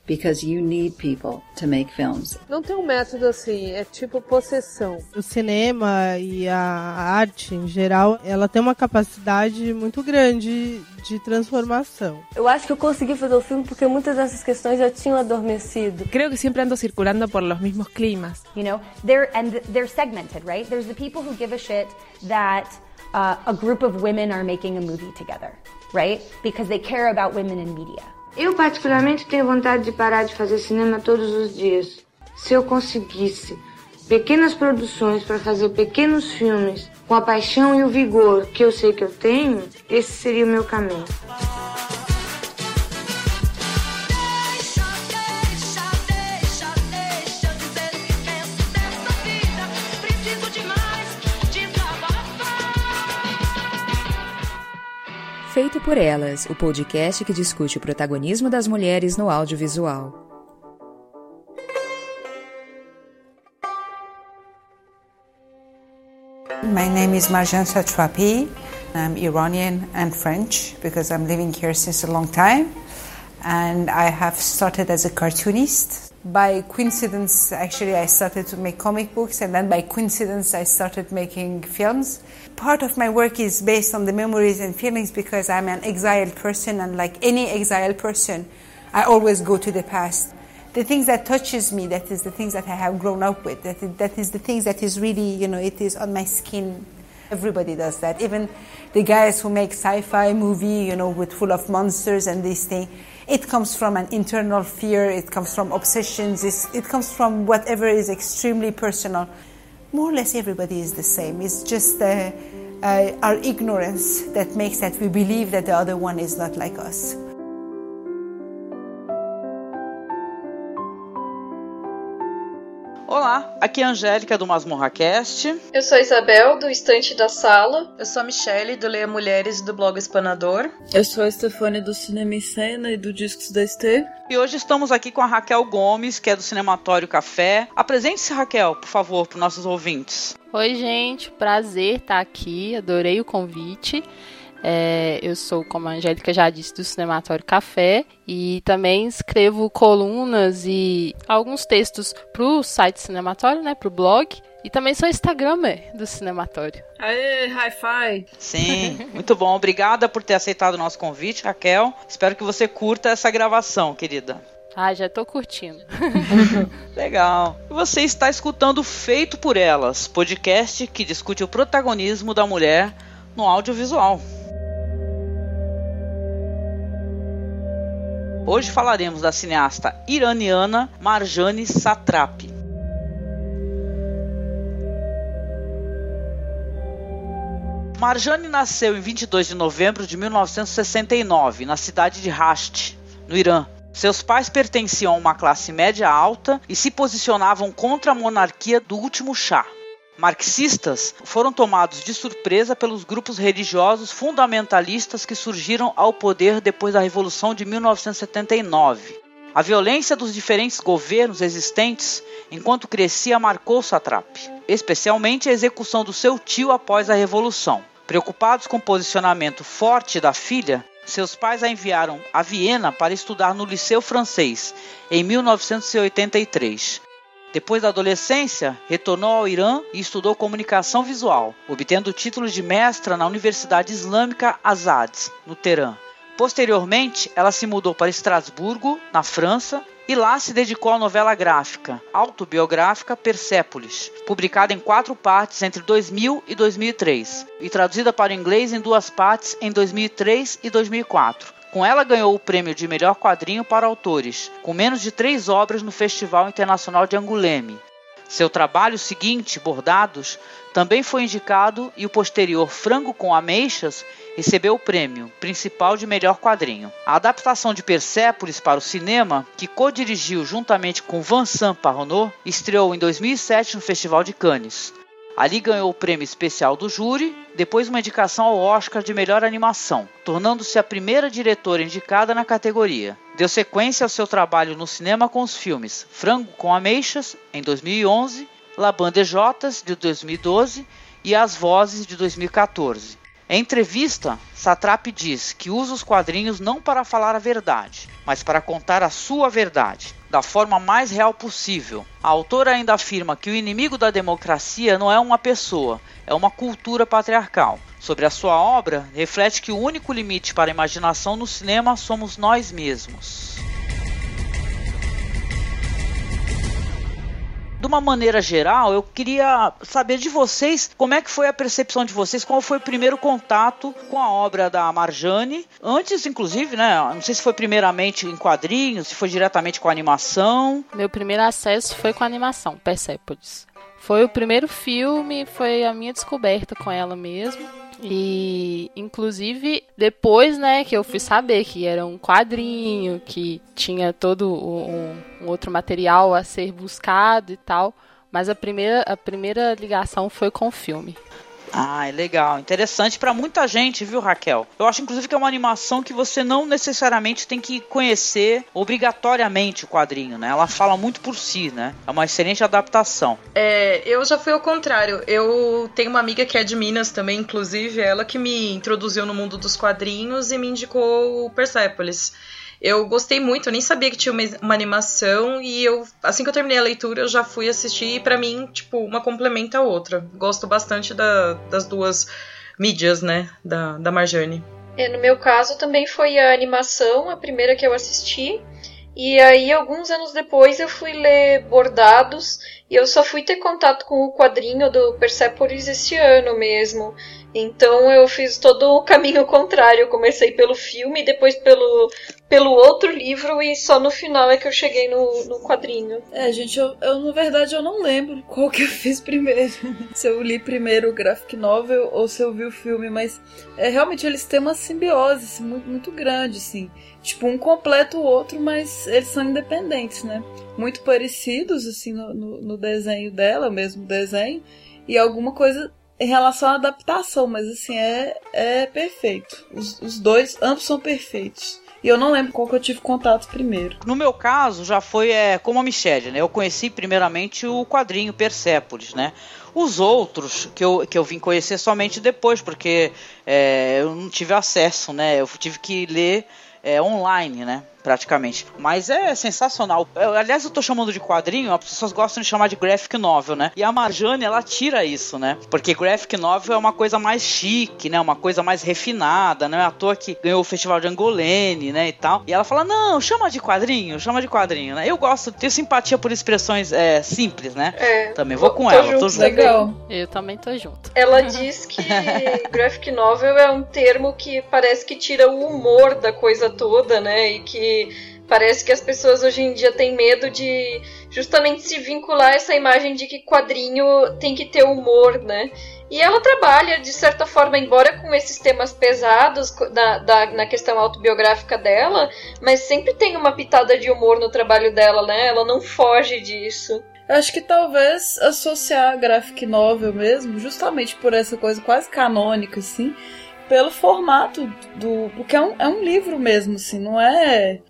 because you need people to make films. Não tem um método assim, é tipo possessão. O cinema e a arte em geral, ela tem uma capacidade muito grande de transformação. Eu acho que eu consegui fazer o filme porque muitas dessas questões já tinham adormecido. Creo que siempre ando circulando por los mismos climas. You know, they're segmented, right? There's the people who give a shit that a group of women are making a movie together, right? Because they care about women in media. Eu particularmente tenho vontade de parar de fazer cinema todos os dias. Se eu conseguisse pequenas produções para fazer pequenos filmes com a paixão e o vigor que eu sei que eu tenho, esse seria o meu caminho. Feito por Elas, o podcast que discute o protagonismo das mulheres no audiovisual. My name is Marjan Satrapi. I'm Iranian and French because I'm living here since a long time. And I have started as a cartoonist. By coincidence, actually, I started to make comic books, and then by coincidence, I started making films. Part of my work is based on the memories and feelings because I'm an exiled person, and like any exiled person, I always go to the past. The things that touches me, that is the things that I have grown up with, that is the things that is really, you know, it is on my skin. Everybody does that. Even the guys who make sci-fi movie, you know, with full of monsters and these things, it comes from an internal fear, it comes from obsessions, it comes from whatever is extremely personal. More or less everybody is the same. It's just our ignorance that makes that we believe that the other one is not like us. Olá, aqui é a Angélica do MasmorraCast. Eu sou a Isabel, do Estante da Sala. Eu sou a Michele, do Leia Mulheres e do blog Espanador. Eu sou a Stefânia, do Cinema em Cena e do Discos da Estê. E hoje estamos aqui com a Raquel Gomes, que é do Cinematório Café. Apresente-se, Raquel, por favor, para os nossos ouvintes. Oi, gente, prazer estar aqui, adorei o convite. Eu sou, como a Angélica já disse, do Cinematório Café e também escrevo colunas e alguns textos pro site Cinematório, né, pro blog, e também sou Instagramer do Cinematório. Aê, hi-fi! Sim, muito bom. Obrigada por ter aceitado o nosso convite, Raquel. Espero que você curta essa gravação, querida. Ah, já tô curtindo. Legal. Você está escutando Feito por Elas, podcast que discute o protagonismo da mulher no audiovisual. Hoje falaremos da cineasta iraniana Marjane Satrapi. Marjane nasceu em 22 de novembro de 1969, na cidade de Rasht, no Irã. Seus pais pertenciam a uma classe média alta e se posicionavam contra a monarquia do último Shah. Marxistas foram tomados de surpresa pelos grupos religiosos fundamentalistas que surgiram ao poder depois da Revolução de 1979. A violência dos diferentes governos existentes, enquanto crescia, marcou Satrapi, especialmente a execução do seu tio após a Revolução. Preocupados com o posicionamento forte da filha, seus pais a enviaram a Viena para estudar no Liceu Francês, em 1983. Depois da adolescência, retornou ao Irã e estudou comunicação visual, obtendo o título de mestra na Universidade Islâmica Azad, no Teherã. Posteriormente, ela se mudou para Estrasburgo, na França, e lá se dedicou à novela gráfica, autobiográfica Persépolis, publicada em 4 partes entre 2000 e 2003, e traduzida para o inglês em 2 partes em 2003 e 2004. Com ela ganhou o prêmio de melhor quadrinho para autores, com menos de 3 obras no Festival Internacional de Angoulême. Seu trabalho seguinte, Bordados, também foi indicado e o posterior Frango com Ameixas recebeu o prêmio principal de melhor quadrinho. A adaptação de Persépolis para o cinema, que co-dirigiu juntamente com Vincent Parronot, estreou em 2007 no Festival de Cannes. Ali ganhou o prêmio especial do júri, depois uma indicação ao Oscar de melhor animação, tornando-se a primeira diretora indicada na categoria. Deu sequência ao seu trabalho no cinema com os filmes Frango com Ameixas, em 2011, La Bande de Jotas, de 2012 e As Vozes, de 2014. Em entrevista, Satrap diz que usa os quadrinhos não para falar a verdade, mas para contar a sua verdade, da forma mais real possível. A autora ainda afirma que o inimigo da democracia não é uma pessoa, é uma cultura patriarcal. Sobre a sua obra, reflete que o único limite para a imaginação no cinema somos nós mesmos. De uma maneira geral, eu queria saber de vocês como é que foi a percepção de vocês, qual foi o primeiro contato com a obra da Marjane, antes inclusive, né, não sei se foi primeiramente em quadrinhos, se foi diretamente com a animação. Meu primeiro acesso foi com a animação, Persepolis. Foi o primeiro filme, foi a minha descoberta com ela mesmo. E, inclusive, depois, né, que eu fui saber que era um quadrinho, que tinha todo um outro material a ser buscado e tal. Mas a primeira ligação foi com o filme. Ah, é legal. Interessante pra muita gente, viu, Raquel? Eu acho, inclusive, que é uma animação que você não necessariamente tem que conhecer obrigatoriamente o quadrinho, né? Ela fala muito por si, né? É uma excelente adaptação. Eu já fui ao contrário. Eu tenho uma amiga que é de Minas também, inclusive, ela que me introduziu no mundo dos quadrinhos e me indicou o Persepolis. Eu gostei muito, eu nem sabia que tinha uma animação e assim que eu terminei a leitura eu já fui assistir e pra mim, tipo, uma complementa a outra. Gosto bastante das duas mídias, né, da Marjane. No meu caso também foi a animação, a primeira que eu assisti. E aí, alguns anos depois, eu fui ler Bordados e eu só fui ter contato com o quadrinho do Persepolis esse ano mesmo. Então eu fiz todo o caminho contrário. Eu comecei pelo filme, depois pelo outro livro e só no final é que eu cheguei no quadrinho. Gente, eu na verdade eu não lembro qual que eu fiz primeiro. Se eu li primeiro o graphic novel ou se eu vi o filme, mas realmente eles têm uma simbiose assim, muito, muito grande, assim. Tipo, um completa o outro, mas eles são independentes, né? Muito parecidos, assim, no desenho dela, o mesmo desenho, e alguma coisa em relação à adaptação, mas assim, é perfeito. Os dois, ambos são perfeitos. E eu não lembro qual que eu tive contato primeiro. No meu caso, já foi como a Michelle, né? Eu conheci primeiramente o quadrinho Persepolis, né? Os outros que eu vim conhecer somente depois, porque eu não tive acesso, né? Eu tive que ler online, né? Praticamente. Mas é sensacional. Aliás, eu tô chamando de quadrinho, as pessoas gostam de chamar de graphic novel, né? E a Marjane, ela tira isso, né? Porque graphic novel é uma coisa mais chique, né? Uma coisa mais refinada, não é à toa que ganhou o Festival de Angolene, né? E tal. E ela fala, não, chama de quadrinho, né? Eu gosto, tenho simpatia por expressões simples, né? Também vou com ela, tô junto. Legal. Eu também tô junto. Ela diz que graphic novel é um termo que parece que tira o humor da coisa toda, né? E que parece que as pessoas hoje em dia têm medo de justamente se vincular a essa imagem de que quadrinho tem que ter humor, né? E ela trabalha, de certa forma, embora com esses temas pesados na questão autobiográfica dela, mas sempre tem uma pitada de humor no trabalho dela, né? Ela não foge disso. Eu acho que talvez associar a graphic novel mesmo, justamente por essa coisa quase canônica, assim, pelo formato porque é um livro mesmo, assim, não é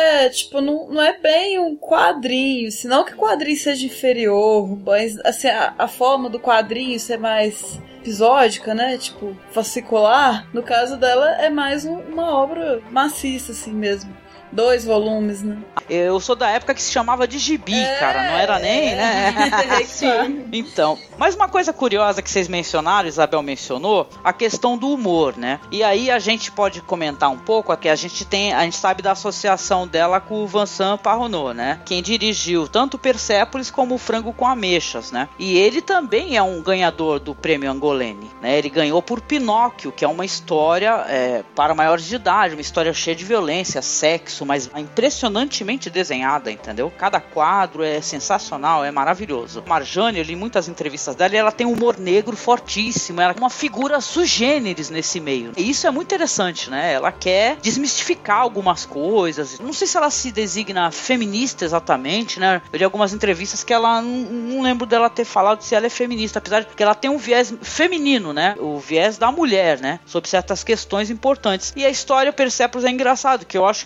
não é bem um quadrinho, assim, não que o quadrinho seja inferior, mas assim, a forma do quadrinho ser mais episódica, né, tipo, fascicular, no caso dela é mais uma obra maciça, assim mesmo. 2 volumes, né? Eu sou da época que se chamava de gibi, cara. Não era nem, né? Sim. Então, mas uma coisa curiosa que vocês mencionaram, Isabel mencionou, a questão do humor, né? E aí a gente pode comentar um pouco, aqui a gente sabe da associação dela com o Vincent Parronot, né? Quem dirigiu tanto Persepolis como o Frango com Ameixas, né? E ele também é um ganhador do prêmio Angolene, né? Ele ganhou por Pinóquio, que é uma história para maiores de idade, uma história cheia de violência, sexo, mas impressionantemente desenhada, entendeu? Cada quadro é sensacional, é maravilhoso. Marjane, eu li muitas entrevistas dela e ela tem um humor negro fortíssimo, ela é uma figura sui generis nesse meio. E isso é muito interessante, né? Ela quer desmistificar algumas coisas. Não sei se ela se designa feminista exatamente, né? Eu li algumas entrevistas que ela não lembro dela ter falado se ela é feminista, apesar de que ela tem um viés feminino, né? O viés da mulher, né? Sobre certas questões importantes. E a história Persepolis é engraçado, que eu acho que tem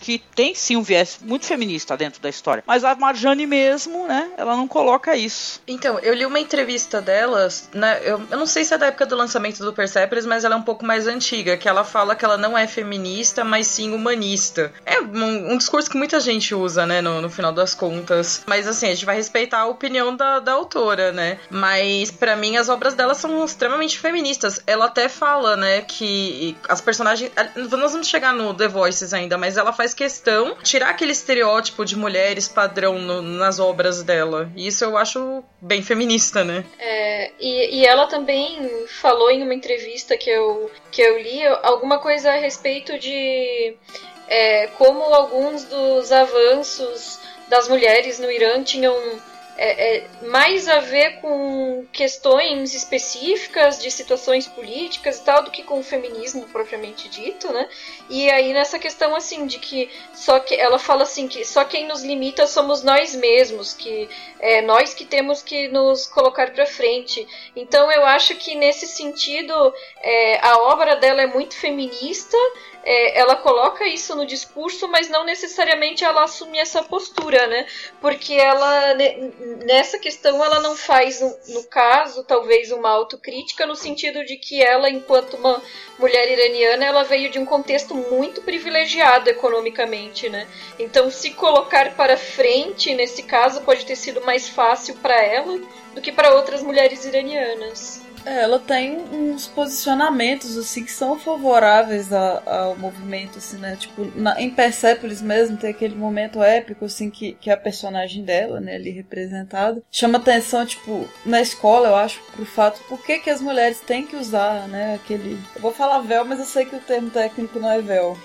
tem sim um viés muito feminista dentro da história. Mas a Marjane mesmo, né, ela não coloca isso. Então, eu li uma entrevista delas, né, eu não sei se é da época do lançamento do Persepolis, mas ela é um pouco mais antiga, que ela fala que ela não é feminista, mas sim humanista. É um discurso que muita gente usa, né, no final das contas. Mas assim, a gente vai respeitar a opinião da autora, né? Mas pra mim as obras dela são extremamente feministas. Ela até fala, né, que as personagens... Nós vamos chegar no The Voices ainda, mas ela faz questão de tirar aquele estereótipo de mulheres padrão nas obras dela. E isso eu acho bem feminista, né? E ela também falou em uma entrevista que eu li alguma coisa a respeito de como alguns dos avanços das mulheres no Irã tinham mais a ver com questões específicas de situações políticas e tal, do que com o feminismo propriamente dito, né? E aí nessa questão assim de que ela fala assim que só quem nos limita somos nós mesmos, que nós que temos que nos colocar para frente. Então eu acho que nesse sentido a obra dela é muito feminista. Ela coloca isso no discurso, mas não necessariamente ela assume essa postura, né? Porque ela, nessa questão, ela não faz, no caso, talvez uma autocrítica, no sentido de que ela, enquanto uma mulher iraniana, ela veio de um contexto muito privilegiado economicamente, né? Então, se colocar para frente, nesse caso, pode ter sido mais fácil para ela do que para outras mulheres iranianas. Ela tem uns posicionamentos, assim, que são favoráveis ao movimento, assim, né? Tipo, em Persepolis mesmo, tem aquele momento épico, assim, que a personagem dela, né, ali representada, chama atenção, tipo, na escola, eu acho, pro fato, por que as mulheres têm que usar, né, aquele... Eu vou falar véu, mas eu sei que o termo técnico não é véu.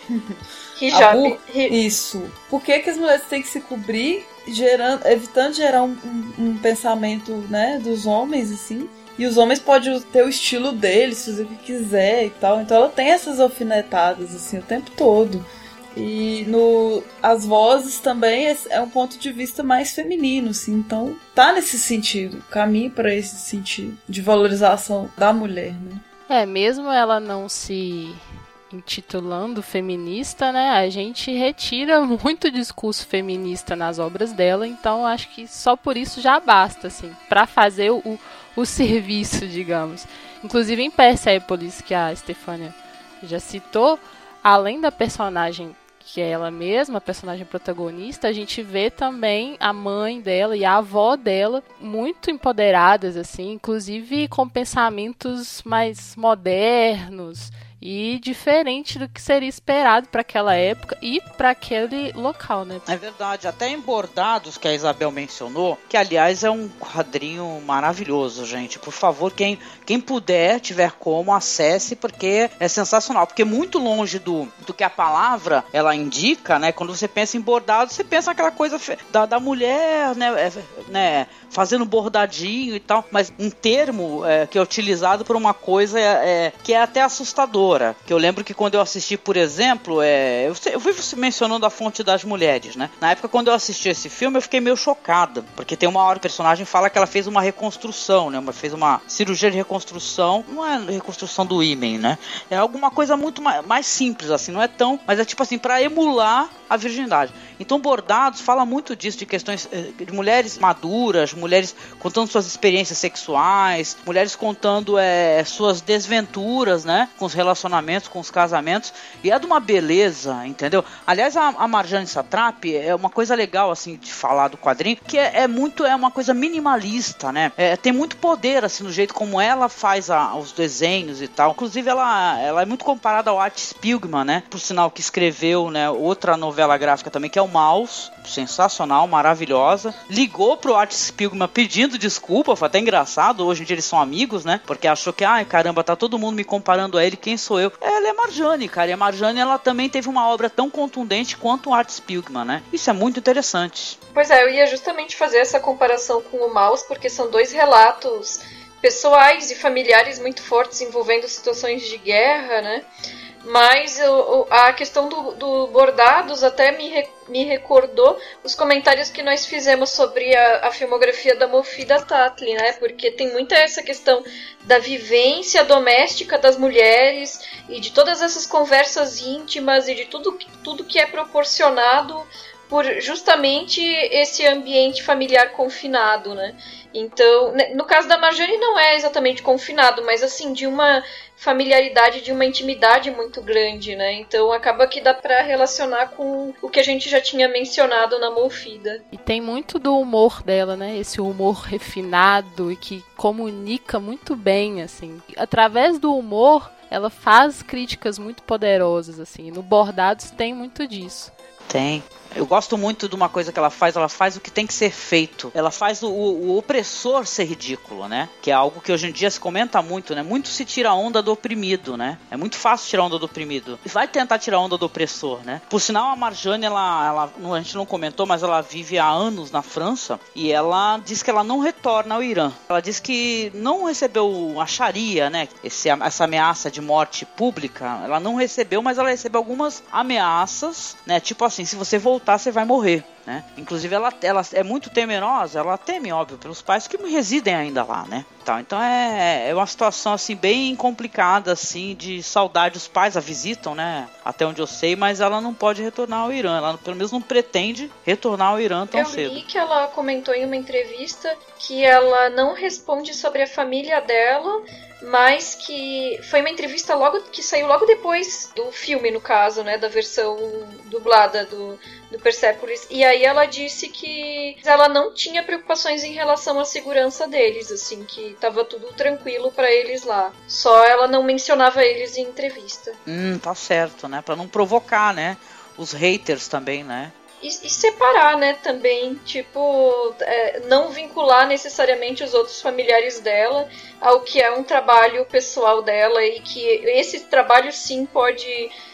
Hijab. Isso. Por que as mulheres têm que se cobrir, evitando gerar um pensamento, né, dos homens, assim... E os homens podem ter o estilo deles, fazer o que quiser e tal. Então ela tem essas alfinetadas, assim, o tempo todo. E as vozes também é um ponto de vista mais feminino, assim. Então tá nesse sentido, caminho para esse sentido de valorização da mulher, né? Mesmo ela não se intitulando feminista, né? A gente retira muito discurso feminista nas obras dela. Então acho que só por isso já basta, assim, para fazer o serviço, digamos. Inclusive em Persepolis, que a Stefania já citou, além da personagem que é ela mesma, a personagem protagonista, a gente vê também a mãe dela e a avó dela muito empoderadas, assim, inclusive com pensamentos mais modernos e diferente do que seria esperado para aquela época e para aquele local, né? É verdade, até em Bordados, que a Isabel mencionou, que aliás é um quadrinho maravilhoso, gente. Por favor, quem puder, tiver como, acesse, porque é sensacional. Porque muito longe do que a palavra ela indica, né? Quando você pensa em Bordados, você pensa naquela coisa da mulher, né? Fazendo bordadinho e tal, mas um termo que é utilizado por uma coisa que é até assustadora. Que eu lembro que quando eu assisti, por exemplo, eu vivo mencionando a Fonte das Mulheres, né? Na época, quando eu assisti esse filme, eu fiquei meio chocada, porque tem uma hora que o personagem fala que ela fez uma reconstrução, né? Fez uma cirurgia de reconstrução, não é reconstrução do ímen, né? É alguma coisa muito mais simples, assim, não é tão... Mas é tipo assim, pra emular a virgindade. Então, Bordados fala muito disso, de questões de mulheres maduras, mulheres contando suas experiências sexuais, mulheres contando suas desventuras, né? Com os relacionamentos, com os casamentos. E é de uma beleza, entendeu? Aliás, a Marjane Satrapi é uma coisa legal, assim, de falar do quadrinho, que é uma coisa minimalista, né? Tem muito poder, assim, no jeito como ela faz os desenhos e tal. Inclusive, ela é muito comparada ao Art Spiegelman, né? Por sinal, que escreveu, né, outra novela gráfica também, que é o Maus, sensacional, maravilhosa. Ligou pro Art Spiegelman pedindo desculpa, foi até engraçado, hoje em dia eles são amigos, né? Porque achou que, caramba, tá todo mundo me comparando a ele, quem sou eu? Ela é Marjane, cara, e a Marjane, ela também teve uma obra tão contundente quanto o Art Spiegelman, né? Isso é muito interessante. Pois é, eu ia justamente fazer essa comparação com o Maus, porque são dois relatos pessoais e familiares muito fortes envolvendo situações de guerra, né? Mas a questão do bordados até me recordou os comentários que nós fizemos sobre a filmografia da Mofida Tatley, né? Porque tem muita essa questão da vivência doméstica das mulheres e de todas essas conversas íntimas e de tudo que é proporcionado por justamente esse ambiente familiar confinado, né? Então, no caso da Marjane não é exatamente confinado, mas assim, de uma familiaridade, de uma intimidade muito grande, né? Então acaba que dá pra relacionar com o que a gente já tinha mencionado na Mofida. E tem muito do humor dela, né? Esse humor refinado e que comunica muito bem, assim. Através do humor, ela faz críticas muito poderosas, assim. No Bordados tem muito disso. Tem. Eu gosto muito de uma coisa que ela faz o que tem que ser feito. Ela faz o opressor ser ridículo, né? Que é algo que hoje em dia se comenta muito, né? Muito se tira a onda do oprimido, né? É muito fácil tirar a onda do oprimido. E vai tentar tirar a onda do opressor, né? Por sinal, a Marjane, a gente não comentou, mas ela vive há anos na França e ela diz que ela não retorna ao Irã. Ela diz que não recebeu a Sharia, né? Essa ameaça de morte pública, ela não recebeu, mas ela recebeu algumas ameaças, né? Tipo assim, se você voltar, você vai morrer, né? Inclusive ela é muito temerosa, ela teme, óbvio, pelos pais que residem ainda lá, né? Então é uma situação assim bem complicada, assim, de saudade. Os pais a visitam, né? Até onde eu sei, mas ela não pode retornar ao Irã. Ela pelo menos não pretende retornar ao Irã tão cedo. Eu li que ela comentou em uma entrevista que ela não responde sobre a família dela, mas que foi uma entrevista que saiu logo depois do filme, no caso, né, da versão dublada do Persepolis, e aí ela disse que ela não tinha preocupações em relação à segurança deles, assim, que tava tudo tranquilo pra eles lá, só ela não mencionava eles em entrevista. Tá certo, né, pra não provocar, né, os haters também, né. E separar, né, também, tipo, não vincular necessariamente os outros familiares dela ao que é um trabalho pessoal dela e que esse trabalho sim pode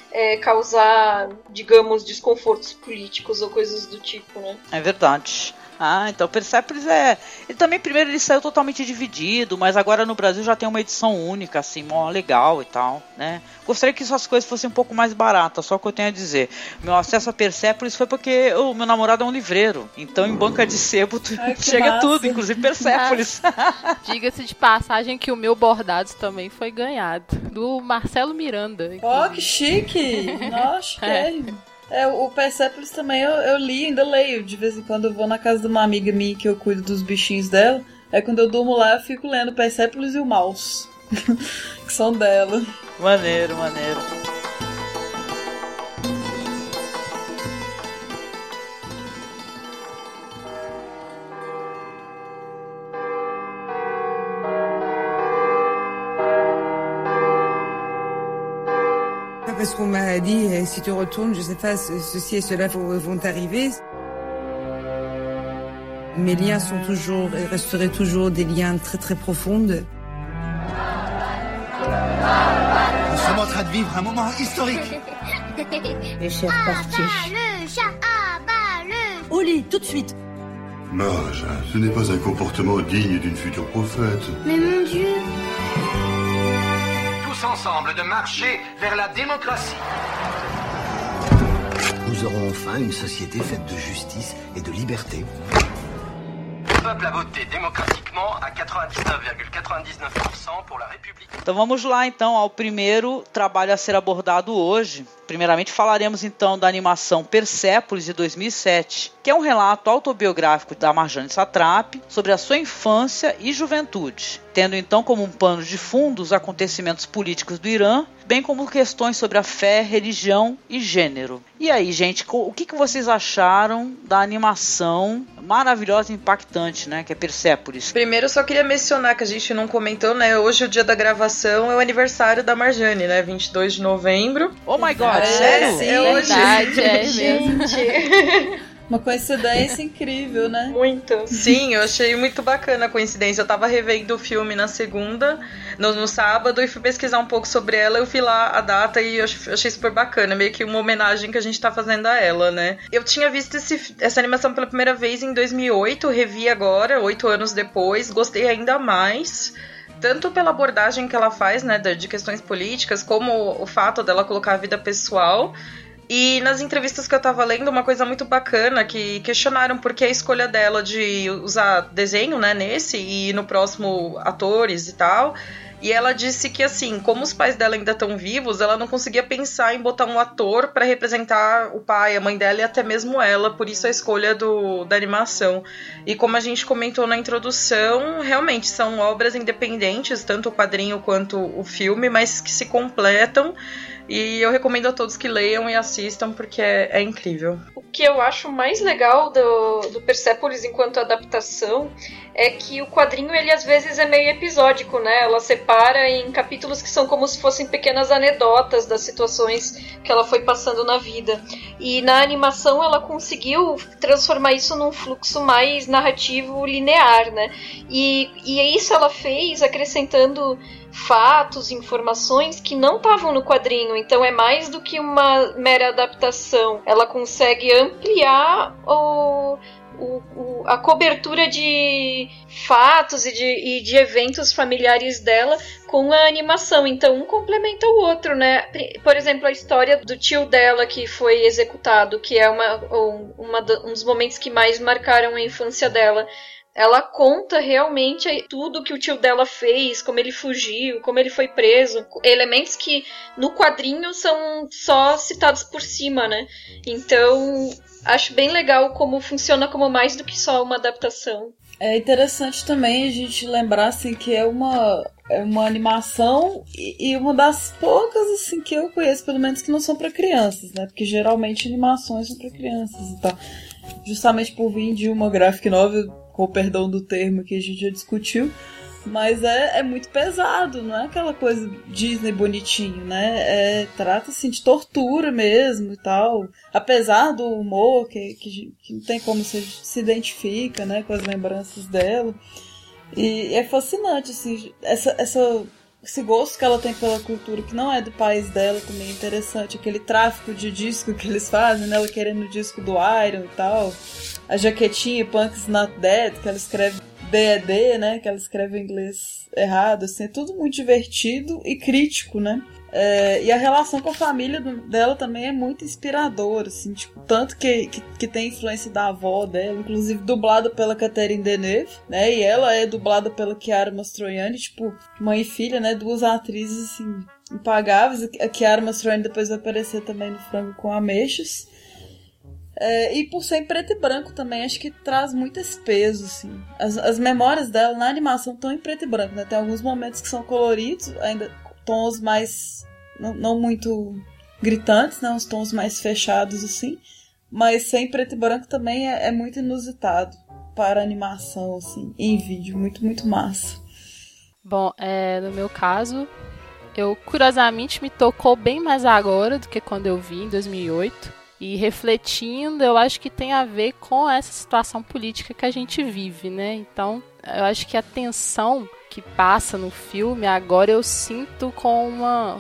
causar, digamos, desconfortos políticos ou coisas do tipo, né? É verdade. Então Persepolis ele também, primeiro ele saiu totalmente dividido, mas agora no Brasil já tem uma edição única, assim, mó legal e tal, né? Gostaria que essas coisas fossem um pouco mais baratas, só o que eu tenho a dizer. Meu acesso a Persepolis foi porque o meu namorado é um livreiro, então em banca de sebo chega massa. Tudo, inclusive Persepolis. Diga-se de passagem que o meu Bordados também foi ganhado, do Marcelo Miranda. Ó, que chique! Nossa, o Persepolis também eu li, ainda leio. De vez em quando eu vou na casa de uma amiga minha que eu cuido dos bichinhos dela. Aí quando eu durmo lá eu fico lendo Persepolis e o Mouse, que são dela. Maneiro. Parce qu'on m'a dit, si tu retournes, je sais pas, ceci et cela vont arriver. Mes liens sont toujours, et resteraient toujours des liens très très profonds. Nous sommes en train de vivre un moment historique. Les chefs partis. Au lit, tout de suite. Marge, ce n'est pas un comportement digne d'une future prophète. Mais mon Dieu. Ensemble de marcher vers la démocratie. Nous aurons enfin une société faite de justice et de liberté. Le peuple a voté démocratiquement a 99,99% pour la République. Então vamos lá então ao primeiro trabalho a ser abordado hoje. Primeiramente falaremos então da animação Persepolis de 2007, que é um relato autobiográfico da Marjane Satrapi sobre a sua infância e juventude, tendo então como um pano de fundo os acontecimentos políticos do Irã, bem como questões sobre a fé, religião e gênero. E aí, gente, o que vocês acharam da animação maravilhosa e impactante, né, que é Persepolis? Primeiro, eu só queria mencionar que a gente não comentou, né, hoje o dia da gravação é o aniversário da Marjane, né, 22 de novembro. Oh my God, sério? É hoje. Verdade, Gente... Uma coincidência incrível, né? Muito. Sim, eu achei muito bacana a coincidência. Eu tava revendo o filme na segunda, no sábado, e fui pesquisar um pouco sobre ela. Eu vi lá a data e eu achei super bacana. Meio que uma homenagem que a gente tá fazendo a ela, né? Eu tinha visto essa animação pela primeira vez em 2008, revi agora, 8 anos depois. Gostei ainda mais. tanto pela abordagem que ela faz, né, de questões políticas, como o fato dela colocar a vida pessoal. E nas entrevistas que eu tava lendo, uma coisa muito bacana, que questionaram por que a escolha dela de usar desenho, né, nesse, e no próximo atores e tal. E ela disse que, assim, como os pais dela ainda estão vivos, ela não conseguia pensar em botar um ator para representar o pai, a mãe dela e até mesmo ela, por isso a escolha da animação. E como a gente comentou na introdução, realmente são obras independentes, tanto o quadrinho quanto o filme, mas que se completam. E eu recomendo a todos que leiam e assistam, porque é incrível. O que eu acho mais legal do Persepolis enquanto adaptação é que o quadrinho, ele às vezes é meio episódico, né? Ela separa em capítulos que são como se fossem pequenas anedotas das situações que ela foi passando na vida. E na animação ela conseguiu transformar isso num fluxo mais narrativo linear, né? E isso ela fez acrescentando fatos, informações que não estavam no quadrinho, então é mais do que uma mera adaptação. Ela consegue ampliar a cobertura de fatos e de eventos familiares dela com a animação, então um complementa o outro, né? Por exemplo, a história do tio dela que foi executado, que é um dos momentos que mais marcaram a infância dela. Ela conta realmente tudo que o tio dela fez, como ele fugiu, como ele foi preso. Elementos que no quadrinho são só citados por cima, né? Então, acho bem legal como funciona como mais do que só uma adaptação. É interessante também a gente lembrar assim, que é uma animação e uma das poucas assim, que eu conheço, pelo menos, que não são para crianças, né? Porque geralmente animações são para crianças e tal. Justamente por vir de uma graphic novel, com o perdão do termo que a gente já discutiu, mas é muito pesado, não é aquela coisa Disney bonitinho, né? Trata assim de tortura mesmo e tal, apesar do humor que não tem como você se identifica, né, com as lembranças dela. E é fascinante assim, esse gosto que ela tem pela cultura que não é do país dela também é interessante, aquele tráfico de disco que eles fazem, né? Ela querendo o disco do Iron e tal, a jaquetinha Punk's Not Dead, que ela escreve D-E-D, né? Que ela escreve em inglês errado, assim, é tudo muito divertido e crítico, né? E a relação com a família dela também é muito inspiradora, assim, tipo, tanto que tem influência da avó dela, inclusive dublada pela Catherine Deneuve, né, e ela é dublada pela Chiara Mastroianni, tipo, mãe e filha, né, duas atrizes, assim, impagáveis. A Chiara Mastroianni depois vai aparecer também no Frango com Ameixas. E por ser em preto e branco também, acho que traz muito esse peso, assim. As memórias dela na animação estão em preto e branco, né, tem alguns momentos que são coloridos, ainda tons mais não muito gritantes, né? Uns tons mais fechados assim, mas sem preto e branco também é muito inusitado para animação assim, em vídeo, muito, muito massa. Bom, no meu caso, eu curiosamente me tocou bem mais agora do que quando eu vi em 2008, e refletindo, eu acho que tem a ver com essa situação política que a gente vive, né? Então, eu acho que a tensão que passa no filme, agora eu sinto com uma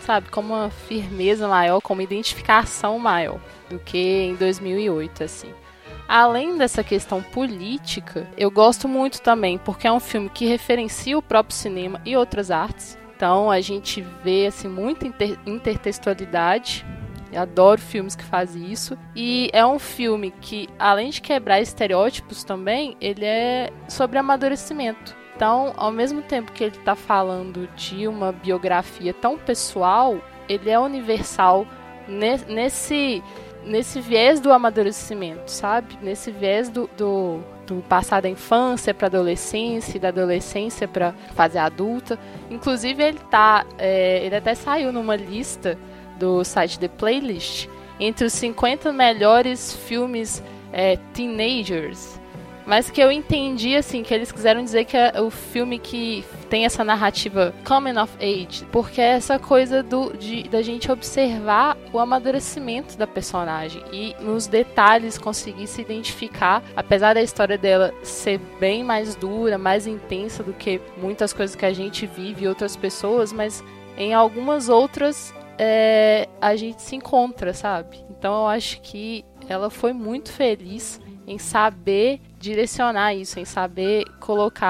firmeza maior, com uma identificação maior do que em 2008, assim. Além dessa questão política, eu gosto muito também, porque é um filme que referencia o próprio cinema e outras artes. Então, a gente vê, assim, muita intertextualidade. Eu adoro filmes que fazem isso. E é um filme que, além de quebrar estereótipos também, ele é sobre amadurecimento. Então, ao mesmo tempo que ele está falando de uma biografia tão pessoal, ele é universal nesse viés do amadurecimento, sabe? Nesse viés do passar da infância para a adolescência, e da adolescência para fase adulta. Inclusive, ele até saiu numa lista do site The Playlist entre os 50 melhores filmes teenagers. Mas que eu entendi, assim, que eles quiseram dizer que é o filme que tem essa narrativa coming of age, porque é essa coisa da gente observar o amadurecimento da personagem e nos detalhes conseguir se identificar, apesar da história dela ser bem mais dura, mais intensa do que muitas coisas que a gente vive e outras pessoas, mas em algumas outras a gente se encontra, sabe? Então eu acho que ela foi muito feliz em saber direcionar isso, em saber colocar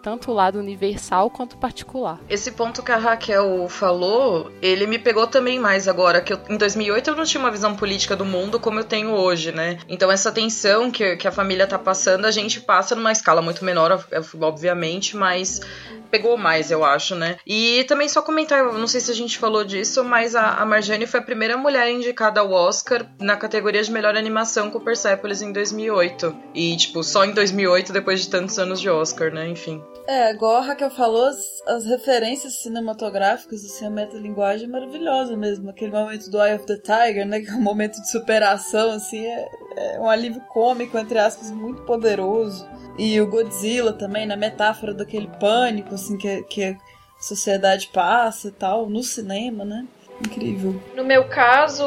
tanto o lado universal quanto o particular. Esse ponto que a Raquel falou, ele me pegou também mais agora, que em 2008 eu não tinha uma visão política do mundo como eu tenho hoje, né? Então essa tensão que a família tá passando, a gente passa numa escala muito menor, obviamente, mas pegou mais, eu acho, né? E também só comentar, eu não sei se a gente falou disso, mas a Marjane foi a primeira mulher indicada ao Oscar na categoria de melhor animação com Persepolis em 2008. E, tipo, só em 2008, depois de tantos anos de Oscar, né? Enfim. Igual a Raquel falou, as referências cinematográficas, assim, a metalinguagem é maravilhosa mesmo. Aquele momento do Eye of the Tiger, né, que é um momento de superação, assim, é um alívio cômico, entre aspas, muito poderoso. E o Godzilla também, na metáfora daquele pânico, assim, que a sociedade passa e tal, no cinema, né? Incrível. No meu caso,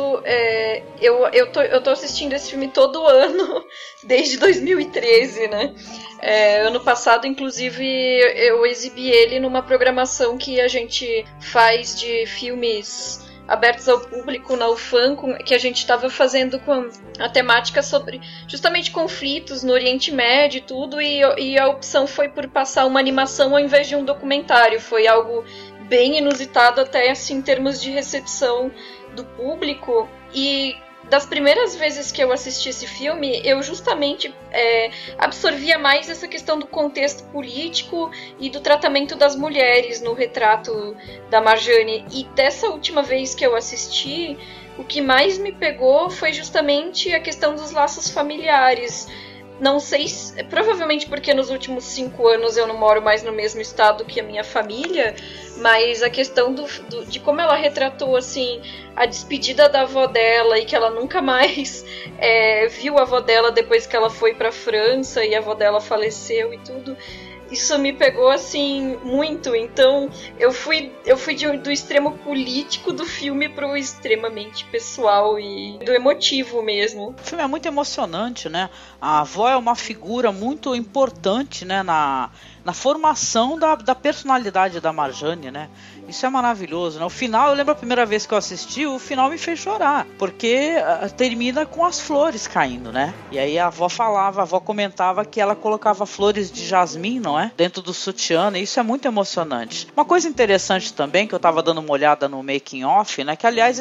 eu tô assistindo esse filme todo ano, desde 2013, né? Ano passado, inclusive, eu exibi ele numa programação que a gente faz de filmes abertos ao público na UFAM, que a gente estava fazendo com a temática sobre justamente conflitos no Oriente Médio e tudo, e a opção foi por passar uma animação ao invés de um documentário. Foi algo bem inusitado até assim, em termos de recepção do público. E das primeiras vezes que eu assisti esse filme, eu justamente absorvia mais essa questão do contexto político e do tratamento das mulheres no retrato da Marjane. E dessa última vez que eu assisti, o que mais me pegou foi justamente a questão dos laços familiares. Não sei, provavelmente porque nos últimos 5 anos eu não moro mais no mesmo estado que a minha família, mas a questão de como ela retratou assim, a despedida da avó dela e que ela nunca mais viu a avó dela depois que ela foi para a França e a avó dela faleceu e tudo. Isso me pegou assim muito, então eu fui do extremo político do filme pro extremamente pessoal e do emotivo mesmo. O filme é muito emocionante, né? A avó é uma figura muito importante, né, na formação da personalidade da Marjane, né? Isso é maravilhoso, né? O final, eu lembro a primeira vez que eu assisti, o final me fez chorar, porque termina com as flores caindo, né? E aí a avó comentava que ela colocava flores de jasmim, não é? Dentro do sutiã, e isso é muito emocionante. Uma coisa interessante também, que eu tava dando uma olhada no making off, né? Que aliás,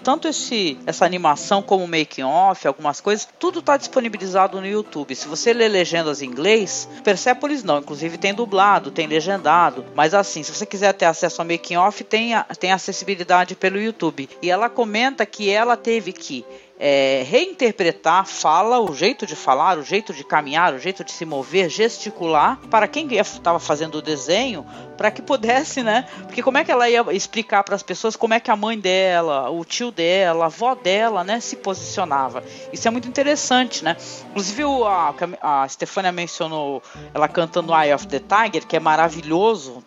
essa animação como making off, algumas coisas, tudo tá disponibilizado no YouTube. Se você lê legendas em inglês, Persepolis não, inclusive tem dublado, tem legendado, mas assim, se você quiser ter acesso ao making off, tem acessibilidade pelo YouTube. E ela comenta que ela teve que reinterpretar a fala, o jeito de falar, o jeito de caminhar, o jeito de se mover, gesticular, para quem estava fazendo o desenho, para que pudesse, né? Porque como é que ela ia explicar para as pessoas como é que a mãe dela, o tio dela, a avó dela, né, se posicionava? Isso é muito interessante, né? Inclusive a Stefania mencionou ela cantando Eye of the Tiger, que é maravilhoso.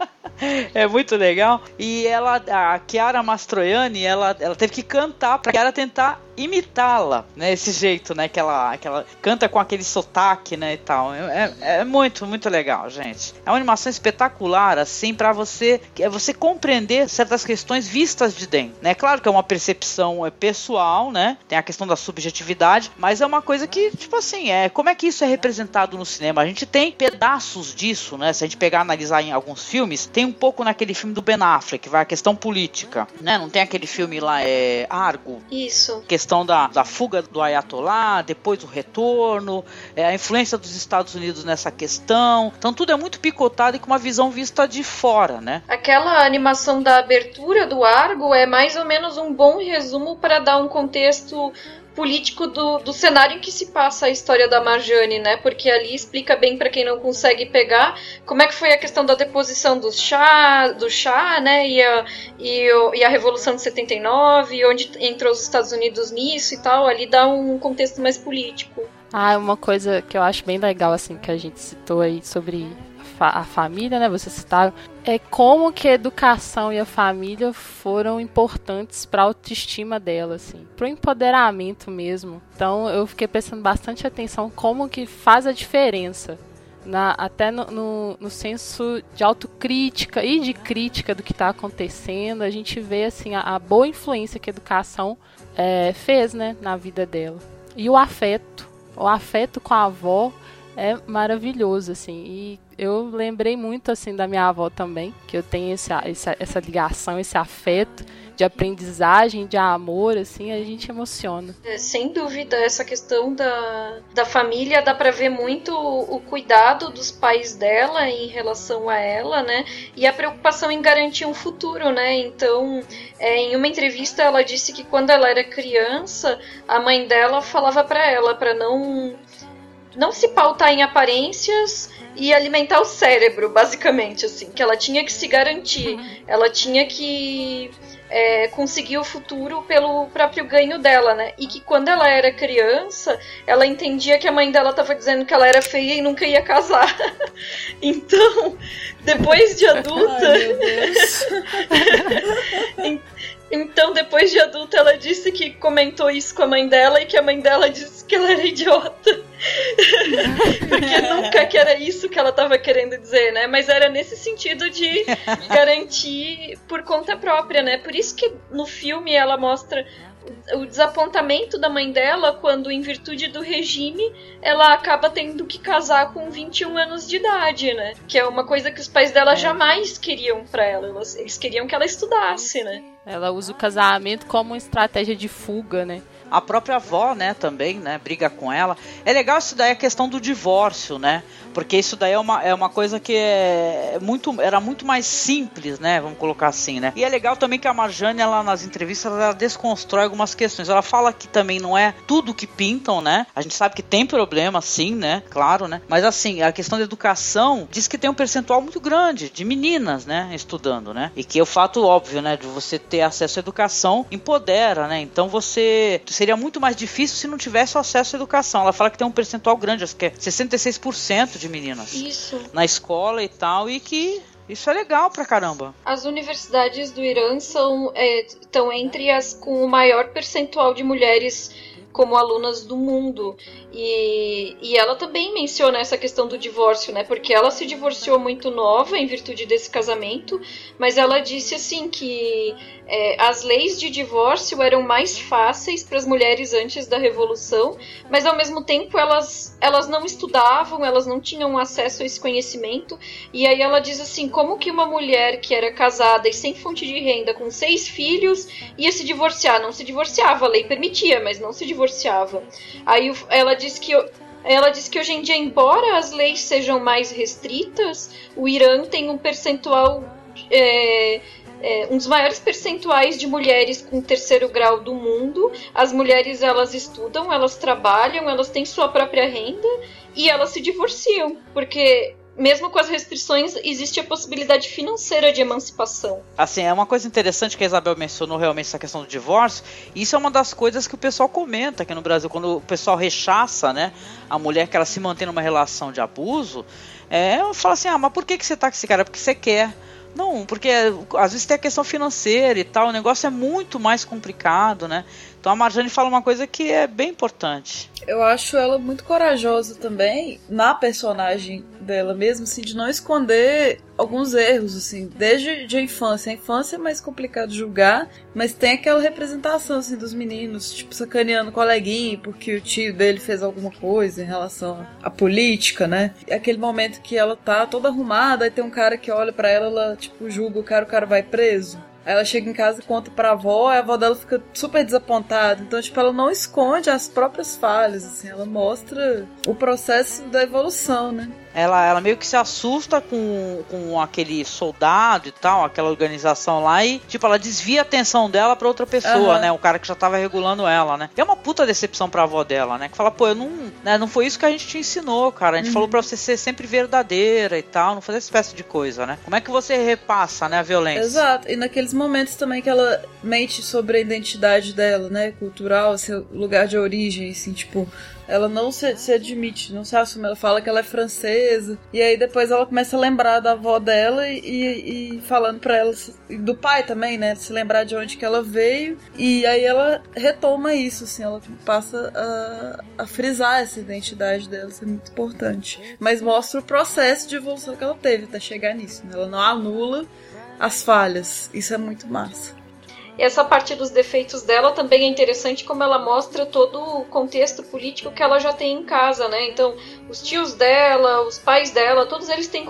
É muito legal. E a Chiara Mastroianni, ela teve que cantar pra Chiara tentar imitá-la, né? Esse jeito, né? Que ela canta com aquele sotaque, né? E tal. É muito, muito legal, gente. É uma animação espetacular, assim, pra você compreender certas questões vistas de dentro, né? Claro que é uma percepção pessoal, né? Tem a questão da subjetividade, mas é uma coisa que, tipo assim, como é que isso é representado no cinema? A gente tem pedaços disso, né? Se a gente pegar e analisar em alguns filmes, tem um pouco naquele filme do Ben Affleck, que vai a questão política, né? Não tem aquele filme lá, Argo? Isso. Questão da fuga do Ayatollah, depois o retorno, a influência dos Estados Unidos nessa questão. Então tudo é muito picotado e com uma visão vista de fora, né? Aquela animação da abertura do Argo é mais ou menos um bom resumo para dar um contexto político do cenário em que se passa a história da Marjane, né? Porque ali explica bem para quem não consegue pegar como é que foi a questão da deposição do Shah, né? E a Revolução de 79, e onde entrou os Estados Unidos nisso e tal. Ali dá um contexto mais político. Uma coisa que eu acho bem legal, assim, que a gente citou aí sobre a família, né? Vocês citaram, é como que a educação e a família foram importantes para a autoestima dela, assim, para o empoderamento mesmo. Então eu fiquei prestando bastante atenção como que faz a diferença, até no senso de autocrítica e de crítica do que está acontecendo. A gente vê assim a boa influência que a educação fez, né, na vida dela. E o afeto com a avó é maravilhoso, assim. E eu lembrei muito, assim, da minha avó também, que eu tenho essa ligação, esse afeto de aprendizagem, de amor, assim, a gente emociona. Sem dúvida, essa questão da família, dá pra ver muito o cuidado dos pais dela em relação a ela, né? E a preocupação em garantir um futuro, né? Então, em uma entrevista, ela disse que quando ela era criança, a mãe dela falava pra ela pra não se pautar em aparências e alimentar o cérebro, basicamente, assim, que ela tinha que se garantir, ela tinha que conseguir o futuro pelo próprio ganho dela, né? E que quando ela era criança, ela entendia que a mãe dela estava dizendo que ela era feia e nunca ia casar. Então, depois de adulta... Ai, meu Deus. Então, depois de adulta, ela disse que comentou isso com a mãe dela e que a mãe dela disse que ela era idiota. Porque nunca que era isso que ela estava querendo dizer, né? Mas era nesse sentido de garantir por conta própria, né? Por isso que no filme ela mostra o desapontamento da mãe dela quando, em virtude do regime, ela acaba tendo que casar com 21 anos de idade, né? Que é uma coisa que os pais dela jamais queriam pra ela. Eles queriam que ela estudasse, né? Ela usa o casamento como uma estratégia de fuga, né? A própria avó, né, também, né, briga com ela. É legal isso daí, a questão do divórcio, né? Porque isso daí é uma coisa que era muito mais simples, né? Vamos colocar assim, né? E é legal também que a Marjane, ela, nas entrevistas, ela desconstrói algumas questões. Ela fala que também não é tudo que pintam, né? A gente sabe que tem problema, sim, né? Claro, né? Mas assim, a questão da educação diz que tem um percentual muito grande de meninas, né? Estudando, né? E que é o fato óbvio, né? De você ter acesso à educação empodera, né? Então seria muito mais difícil se não tivesse o acesso à educação. Ela fala que tem um percentual grande, acho que é 66% de meninas na escola e tal, e que isso é legal pra caramba. As universidades do Irã estão entre as com o maior percentual de mulheres como alunas do mundo. E ela também menciona essa questão do divórcio, né? Porque ela se divorciou muito nova em virtude desse casamento, mas ela disse assim que as leis de divórcio eram mais fáceis para as mulheres antes da Revolução, mas ao mesmo tempo elas não estudavam, elas não tinham acesso a esse conhecimento. E aí ela diz assim, como que uma mulher que era casada e sem fonte de renda, com 6 filhos, ia se divorciar? Não se divorciava, a lei permitia, mas não se divorciava. Aí ela diz que hoje em dia, embora as leis sejam mais restritas, o Irã tem um percentual, um dos maiores percentuais de mulheres com 3º grau do mundo. As mulheres, elas estudam, elas trabalham, elas têm sua própria renda e elas se divorciam, porque mesmo com as restrições, existe a possibilidade financeira de emancipação. Assim, é uma coisa interessante que a Isabel mencionou realmente essa questão do divórcio. Isso é uma das coisas que o pessoal comenta aqui no Brasil, quando o pessoal rechaça, né, a mulher que ela se mantém numa relação de abuso, fala assim, mas por que você tá com esse cara? Porque você quer. Não, porque às vezes tem a questão financeira e tal, o negócio é muito mais complicado, né? Então a Marjane fala uma coisa que é bem importante. Eu acho ela muito corajosa também, na personagem dela mesmo, assim, de não esconder alguns erros, assim, desde a infância. A infância é mais complicado de julgar, mas tem aquela representação, assim, dos meninos, tipo, sacaneando o coleguinha porque o tio dele fez alguma coisa em relação à política, né? E aquele momento que ela tá toda arrumada, aí tem um cara que olha pra ela, ela, tipo, julga o cara vai preso. Aí ela chega em casa e conta pra avó, a avó dela fica super desapontada. Então, tipo, ela não esconde as próprias falhas, assim, ela mostra o processo da evolução, né? Ela meio que se assusta com aquele soldado e tal, aquela organização lá, e tipo, ela desvia a atenção dela pra outra pessoa, né? O cara que já tava regulando ela, né? É uma puta decepção pra avó dela, né? Que fala, pô, não foi isso que a gente te ensinou, cara. A gente falou pra você ser sempre verdadeira e tal, não fazer essa espécie de coisa, né? Como é que você repassa, né, a violência? Exato, e naqueles momentos também que ela mente sobre a identidade dela, né? Cultural, seu lugar de origem, assim, tipo... Ela não se admite, não se assume. Ela fala que ela é francesa. E aí depois ela começa a lembrar da avó dela e falando pra ela, e do pai também, né? Se lembrar de onde que ela veio. E aí ela retoma isso, assim. Ela passa a frisar essa identidade dela. Isso é muito importante. Mas mostra o processo de evolução que ela teve até chegar nisso, né? Ela não anula as falhas. Isso é muito massa. essa parte dos defeitos dela também é interessante, como ela mostra todo o contexto político que ela já tem em casa, né? Então, os tios dela, os pais dela, todos eles têm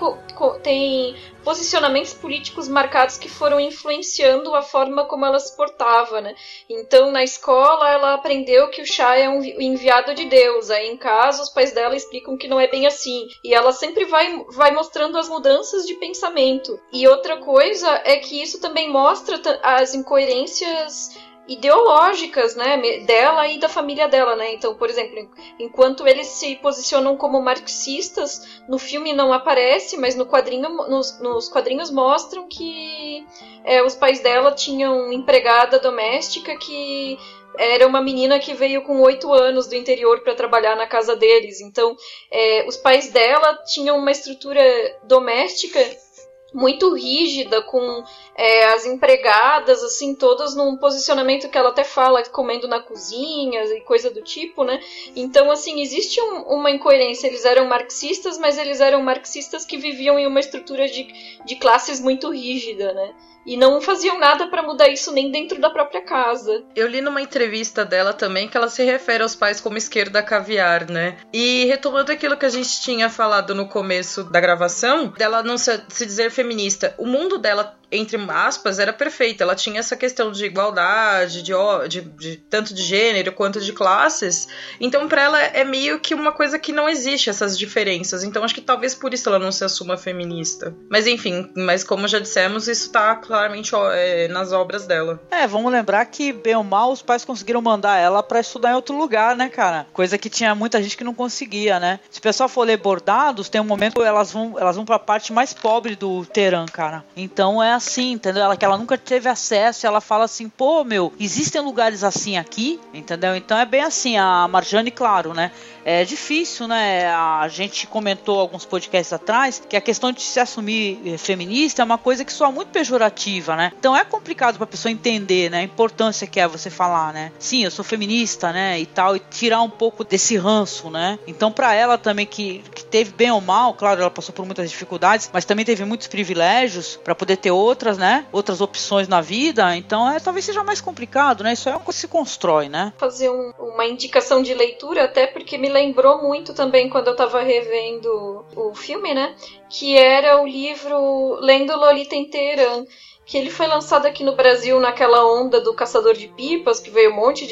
posicionamentos políticos marcados que foram influenciando a forma como ela se portava, né? Então, na escola, ela aprendeu que o Shah é um enviado de Deus. Aí, em casa, os pais dela explicam que não é bem assim. E ela sempre vai mostrando as mudanças de pensamento. E outra coisa é que isso também mostra as incoerências ideológicas, né, dela e da família dela, né? Então, por exemplo, enquanto eles se posicionam como marxistas, no filme não aparece, mas nos quadrinhos mostram que os pais dela tinham empregada doméstica que era uma menina que veio com 8 anos do interior para trabalhar na casa deles. Então, os pais dela tinham uma estrutura doméstica muito rígida, com as empregadas, assim, todas num posicionamento que ela até fala, comendo na cozinha e coisa do tipo, né? Então, assim, existe uma incoerência. Eles eram marxistas, mas eles eram marxistas que viviam em uma estrutura de classes muito rígida, né? E não faziam nada para mudar isso nem dentro da própria casa. Eu li numa entrevista dela também que ela se refere aos pais como esquerda caviar, né? E retomando aquilo que a gente tinha falado no começo da gravação, dela não se dizer feminista, o mundo dela, entre aspas, era perfeito. Ela tinha essa questão de igualdade, de tanto de gênero quanto de classes. Então, pra ela, é meio que uma coisa que não existe, essas diferenças. Então, acho que talvez por isso ela não se assuma feminista. Mas, enfim, como já dissemos, isso tá claramente nas obras dela. Vamos lembrar que, bem ou mal, os pais conseguiram mandar ela pra estudar em outro lugar, né, cara? Coisa que tinha muita gente que não conseguia, né? Se o pessoal for ler Bordados, tem um momento que elas vão pra parte mais pobre do Teherã, cara. Então, assim, entendeu? Que ela nunca teve acesso, e ela fala assim, pô, existem lugares assim aqui, entendeu? Então é bem assim, a Marjane, claro, né? É difícil, né? A gente comentou alguns podcasts atrás que a questão de se assumir feminista é uma coisa que soa muito pejorativa, né? Então é complicado pra pessoa entender, né? A importância que é você falar, né? Sim, eu sou feminista, né? E tal, e tirar um pouco desse ranço, né? Então pra ela também, que teve bem ou mal, claro, ela passou por muitas dificuldades, mas também teve muitos privilégios pra poder ter outras, né? Outras opções na vida. Então talvez seja mais complicado, né? Isso é uma coisa que se constrói, né? Fazer uma indicação de leitura, até porque me lembrou muito também quando eu tava revendo o filme, né? Que era o livro Lendo Lolita em Teherã, que ele foi lançado aqui no Brasil naquela onda do Caçador de Pipas, que veio um monte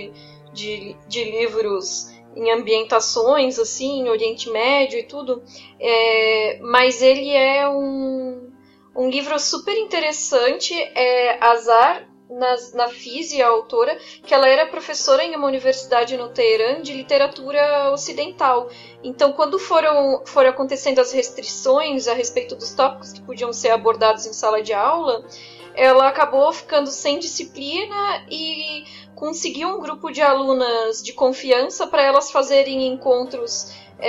de livros em ambientações, assim, em Oriente Médio e tudo. Mas ele é um livro super interessante. Azar Nafisi, a autora, que ela era professora em uma universidade no Teherã de literatura ocidental. Então, quando foram acontecendo as restrições a respeito dos tópicos que podiam ser abordados em sala de aula, ela acabou ficando sem disciplina e conseguiu um grupo de alunas de confiança para elas fazerem encontros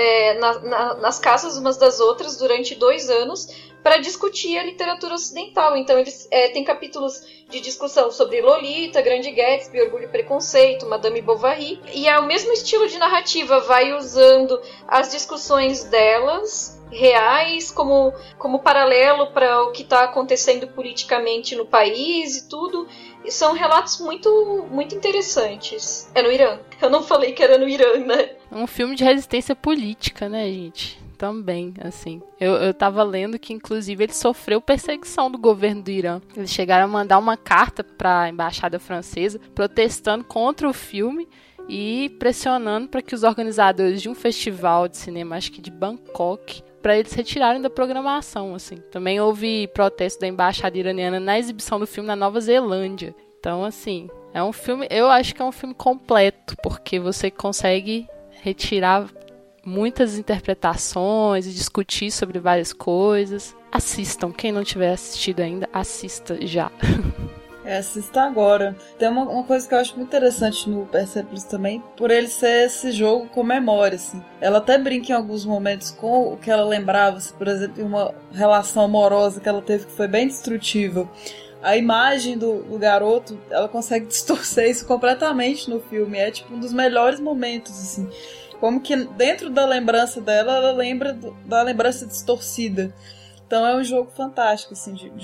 nas casas umas das outras durante 2 anos para discutir a literatura ocidental. Então eles têm capítulos de discussão sobre Lolita, Grande Gatsby, Orgulho e Preconceito, Madame Bovary, e é o mesmo estilo de narrativa, vai usando as discussões delas reais como paralelo para o que está acontecendo politicamente no país e tudo. E são relatos muito, muito interessantes. É no Irã. Eu não falei que era no Irã, né? É um filme de resistência política, né, gente? Também, assim. Eu tava lendo que, inclusive, ele sofreu perseguição do governo do Irã. Eles chegaram a mandar uma carta para a embaixada francesa protestando contra o filme e pressionando para que os organizadores de um festival de cinema, acho que de Bangkok, para eles retirarem da programação, assim. Também houve protesto da embaixada iraniana na exibição do filme na Nova Zelândia. Então, assim, é um filme... Eu acho que é um filme completo, porque você consegue retirar muitas interpretações e discutir sobre várias coisas. Assistam. Quem não tiver assistido ainda, assista já. Assista agora. Tem uma coisa que eu acho muito interessante no Persepolis também, por ele ser esse jogo com memória, assim. Ela até brinca em alguns momentos com o que ela lembrava, assim, por exemplo, em uma relação amorosa que ela teve que foi bem destrutível. A imagem do garoto, ela consegue distorcer isso completamente no filme. É tipo um dos melhores momentos, assim. Como que dentro da lembrança dela, ela lembra da lembrança distorcida. Então é um jogo fantástico, assim, de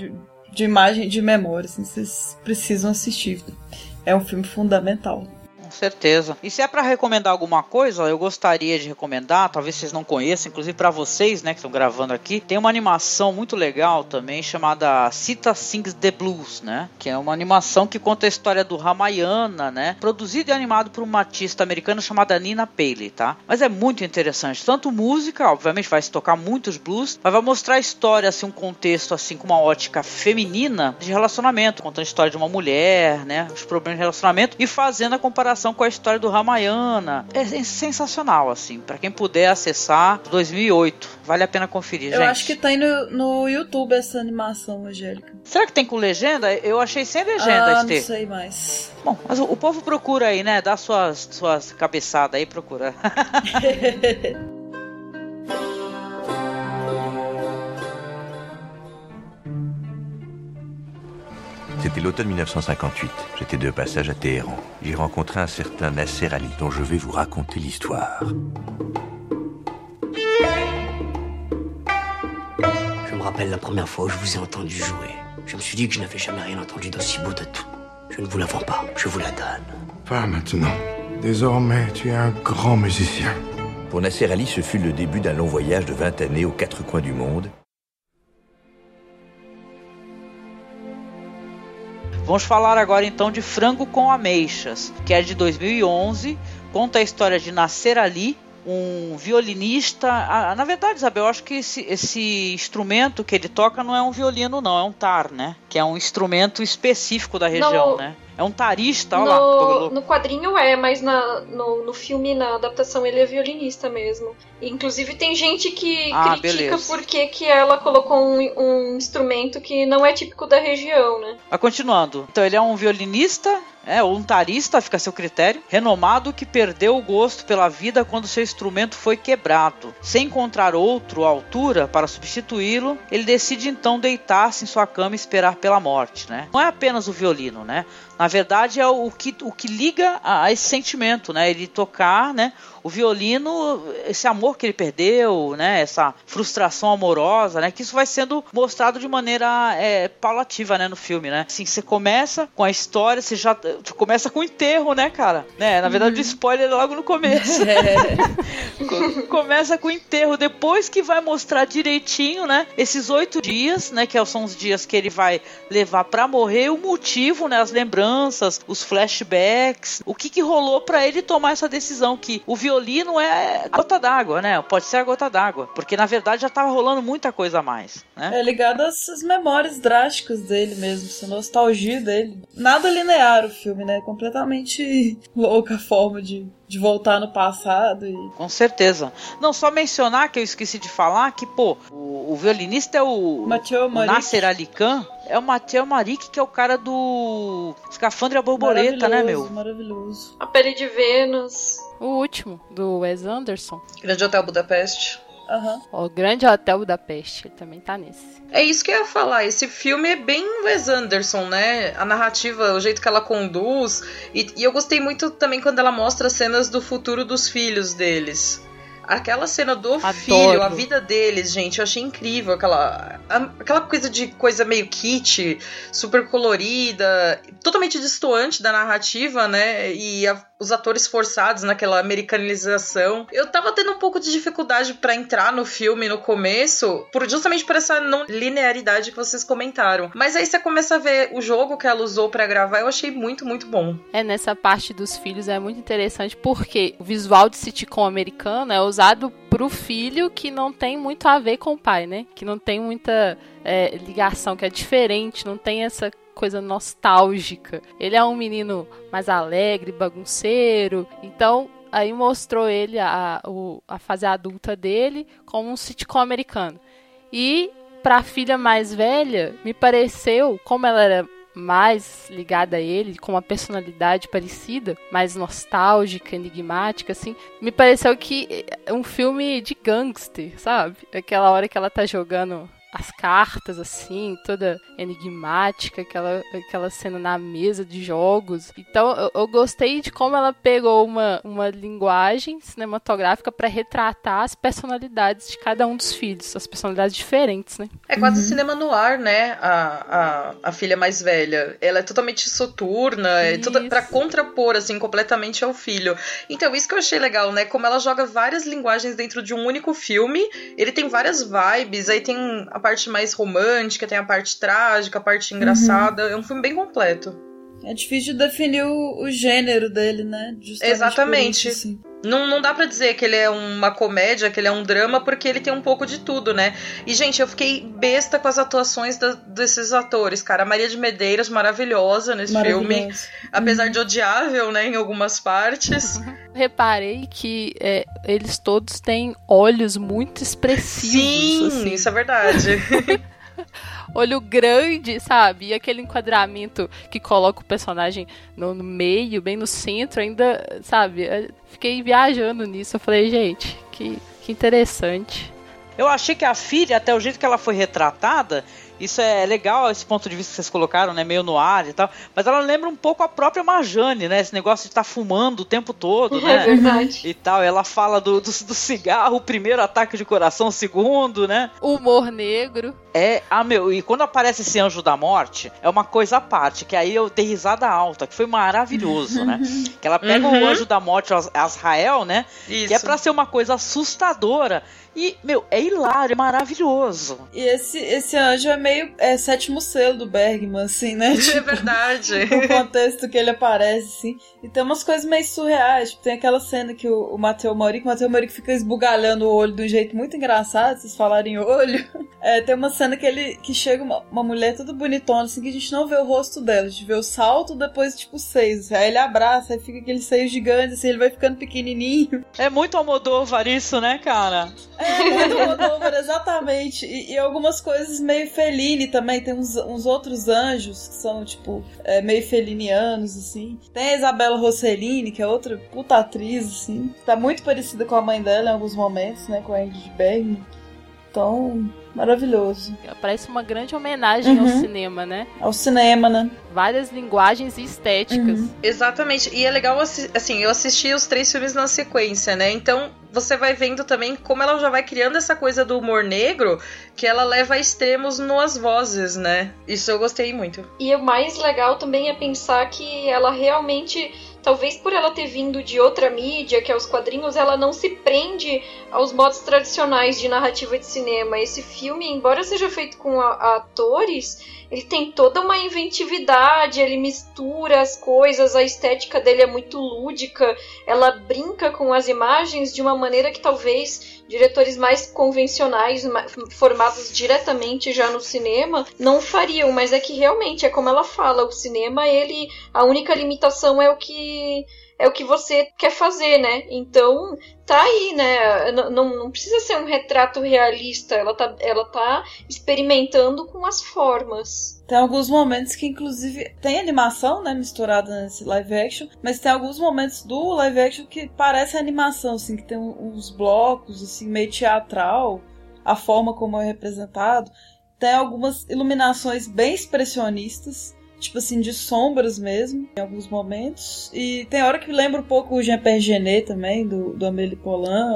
de imagem e de memória, assim, vocês precisam assistir. É um filme fundamental. Com certeza. E se é pra recomendar alguma coisa, eu gostaria de recomendar, talvez vocês não conheçam, inclusive pra vocês, né, que estão gravando aqui, tem uma animação muito legal também, chamada Sita Sings the Blues, né, que é uma animação que conta a história do Ramayana, né, produzido e animado por uma artista americana chamada Nina Paley, tá? Mas é muito interessante, tanto música, obviamente vai se tocar muitos blues, mas vai mostrar a história, assim, um contexto, assim, com uma ótica feminina de relacionamento, contando a história de uma mulher, né, os problemas de relacionamento e fazendo a comparação com a história do Ramayana. É sensacional, assim, pra quem puder acessar, 2008, vale a pena conferir, gente. Eu acho que tá aí no YouTube essa animação, Angélica. Será que tem com legenda? Eu achei sem legenda, não sei mais. Bom, mas o povo procura aí, né, dá suas cabeçadas aí, procura. C'était l'automne 1958. J'étais de passage à Téhéran. J'ai rencontré un certain Nasser Ali, dont je vais vous raconter l'histoire. Je me rappelle la première fois où je vous ai entendu jouer. Je me suis dit que je n'avais jamais rien entendu d'aussi beau de tout. Je ne vous la vends pas, je vous la donne. Pas maintenant. Désormais, tu es un grand musicien. Pour Nasser Ali, ce fut le début d'un long voyage de 20 années aux quatre coins du monde. Vamos falar agora então de Frango com Ameixas, que é de 2011, conta a história de Nasser Ali, um violinista. Na verdade, Isabel, eu acho que esse instrumento que ele toca não é um violino, não, é um tar, né? Que é um instrumento específico da região, né? É um tarista, olha lá. No quadrinho mas no filme, na adaptação, ele é violinista mesmo. E, inclusive tem gente que critica porque que ela colocou um instrumento que não é típico da região, né? Mas continuando, então ele é um violinista, ou um tarista, fica a seu critério, renomado que perdeu o gosto pela vida quando seu instrumento foi quebrado. Sem encontrar outro à altura para substituí-lo, ele decide então deitar-se em sua cama e esperar pela morte, né? Não é apenas o violino, né? Na verdade é o que liga a esse sentimento, né? Ele tocar, né? O violino, esse amor que ele perdeu, né? Essa frustração amorosa, né? Que isso vai sendo mostrado de maneira paulativa, né? No filme, né? Assim, você começa com a história, você começa com o enterro, né, cara? Né? Na verdade, o spoiler é logo no começo. Começa com o enterro, depois que vai mostrar direitinho, né? Esses 8 dias, né? Que são os dias que ele vai levar pra morrer, o motivo, né? As lembranças, os flashbacks, o que rolou pra ele tomar essa decisão, que o violino é a gota d'água, né? Pode ser a gota d'água, porque na verdade já tava rolando muita coisa a mais, né? É ligado às memórias drásticas dele mesmo, essa nostalgia dele. Nada linear o filme, né? Completamente louca a forma de voltar no passado. Com certeza. Não, só mencionar que eu esqueci de falar que, pô, o violinista é o Nasser Ali Khan, é o Mathieu Maric, que é o cara do Escafandro e a Borboleta, né, meu? Maravilhoso. A Pele de Vênus. O último, do Wes Anderson. Grande Hotel Budapeste. O Grande Hotel Budapeste, ele também tá nesse. É isso que eu ia falar, esse filme é bem Wes Anderson, né? A narrativa, o jeito que ela conduz, e eu gostei muito também quando ela mostra as cenas do futuro dos filhos deles. Aquela cena do filho, a vida deles, gente, eu achei incrível. Aquela coisa meio kit, super colorida, totalmente destoante da narrativa, né? E os atores forçados naquela americanização. Eu tava tendo um pouco de dificuldade pra entrar no filme no começo, justamente por essa não linearidade que vocês comentaram. Mas aí você começa a ver o jogo que ela usou pra gravar, eu achei muito, muito bom. Nessa parte dos filhos é muito interessante porque o visual de sitcom americano é usado pro filho que não tem muito a ver com o pai, né? Que não tem muita ligação, que é diferente, não tem essa coisa nostálgica. Ele é um menino mais alegre, bagunceiro, então aí mostrou ele a fase adulta dele como um sitcom americano. E pra filha mais velha, me pareceu, como ela era mais ligada a ele, com uma personalidade parecida, mais nostálgica, enigmática, assim, me pareceu que é um filme de gangster, sabe? Aquela hora que ela tá jogando as cartas, assim, toda enigmática, aquela cena na mesa de jogos. Então, eu gostei de como ela pegou uma linguagem cinematográfica para retratar as personalidades de cada um dos filhos, as personalidades diferentes, né? É quase cinema noir, né? A filha mais velha. Ela é totalmente soturna, é toda pra contrapor, assim, completamente ao filho. Então, isso que eu achei legal, né? Como ela joga várias linguagens dentro de um único filme. Ele tem várias vibes, aí tem a parte mais romântica, tem a parte trágica, a parte engraçada. É um filme bem completo. É difícil de definir o gênero dele, né? Justamente. Exatamente. Por isso, assim. Não dá pra dizer que ele é uma comédia, que ele é um drama, porque ele tem um pouco de tudo, né? E, gente, eu fiquei besta com as atuações desses atores, cara. A Maria de Medeiros, maravilhosa nesse filme. Apesar de odiável, né, em algumas partes. Reparei que eles todos têm olhos muito expressivos. Sim, assim. Isso é verdade. Olho grande, sabe? E aquele enquadramento que coloca o personagem no meio, bem no centro, ainda, sabe? Fiquei viajando nisso. Eu falei, gente, que interessante. Eu achei que a filha, até o jeito que ela foi retratada, isso é legal, esse ponto de vista que vocês colocaram, né, meio no ar e tal, mas ela lembra um pouco a própria Marjane, né, esse negócio de estar fumando o tempo todo, né, é verdade. E tal, ela fala do cigarro, o primeiro ataque de coração, o segundo, né. Humor negro. E quando aparece esse anjo da morte, é uma coisa à parte, que aí eu dei risada alta, que foi maravilhoso, né, que ela pega o anjo da morte, Azrael, né, Isso. que é pra ser uma coisa assustadora. E, é hilário, é maravilhoso. E esse anjo é meio sétimo selo do Bergman, assim, né? É verdade. O contexto que ele aparece, assim. E tem umas coisas meio surreais. Tipo, tem aquela cena que o Matteo Moric fica esbugalhando o olho de um jeito muito engraçado, vocês falarem olho. Tem uma cena que chega uma mulher toda bonitona, assim, que a gente não vê o rosto dela. A gente vê o salto, depois, tipo, os seios. Aí ele abraça, aí fica aquele seio gigante, assim, ele vai ficando pequenininho. É muito Almodóvar isso, né, cara? É muito Almodóvar, exatamente. E algumas coisas meio Fellini também. Tem uns outros anjos que são, tipo, meio felinianos, assim. Tem a Isabella Rossellini, que é outra puta atriz, assim. Tá muito parecida com a mãe dela em alguns momentos, né? Com a Ingrid Bergman. Então, maravilhoso. Parece uma grande homenagem ao cinema, né? Ao cinema, né? Várias linguagens e estéticas. Exatamente. E é legal, assim, eu assisti os 3 filmes na sequência, né? Então, você vai vendo também como ela já vai criando essa coisa do humor negro, que ela leva a extremos nas vozes, né? Isso eu gostei muito. E o mais legal também é pensar que ela realmente... Talvez por ela ter vindo de outra mídia, que é os quadrinhos, ela não se prende aos modos tradicionais de narrativa de cinema. Esse filme, embora seja feito com atores, ele tem toda uma inventividade, ele mistura as coisas, a estética dele é muito lúdica, ela brinca com as imagens de uma maneira que talvez diretores mais convencionais, formados diretamente já no cinema, não fariam, mas é que realmente, é como ela fala, o cinema, a única limitação é o que você quer fazer, né? Então, tá aí, né? Não precisa ser um retrato realista, ela tá experimentando com as formas. Tem alguns momentos que, inclusive, tem animação, né, misturada nesse live action, mas tem alguns momentos do live action que parece animação, assim, que tem uns blocos, assim, meio teatral, a forma como é representado. Tem algumas iluminações bem expressionistas, tipo assim, de sombras mesmo, em alguns momentos. E tem hora que lembra um pouco o Jean-Pierre Jeunet também, do Amélie Poulain,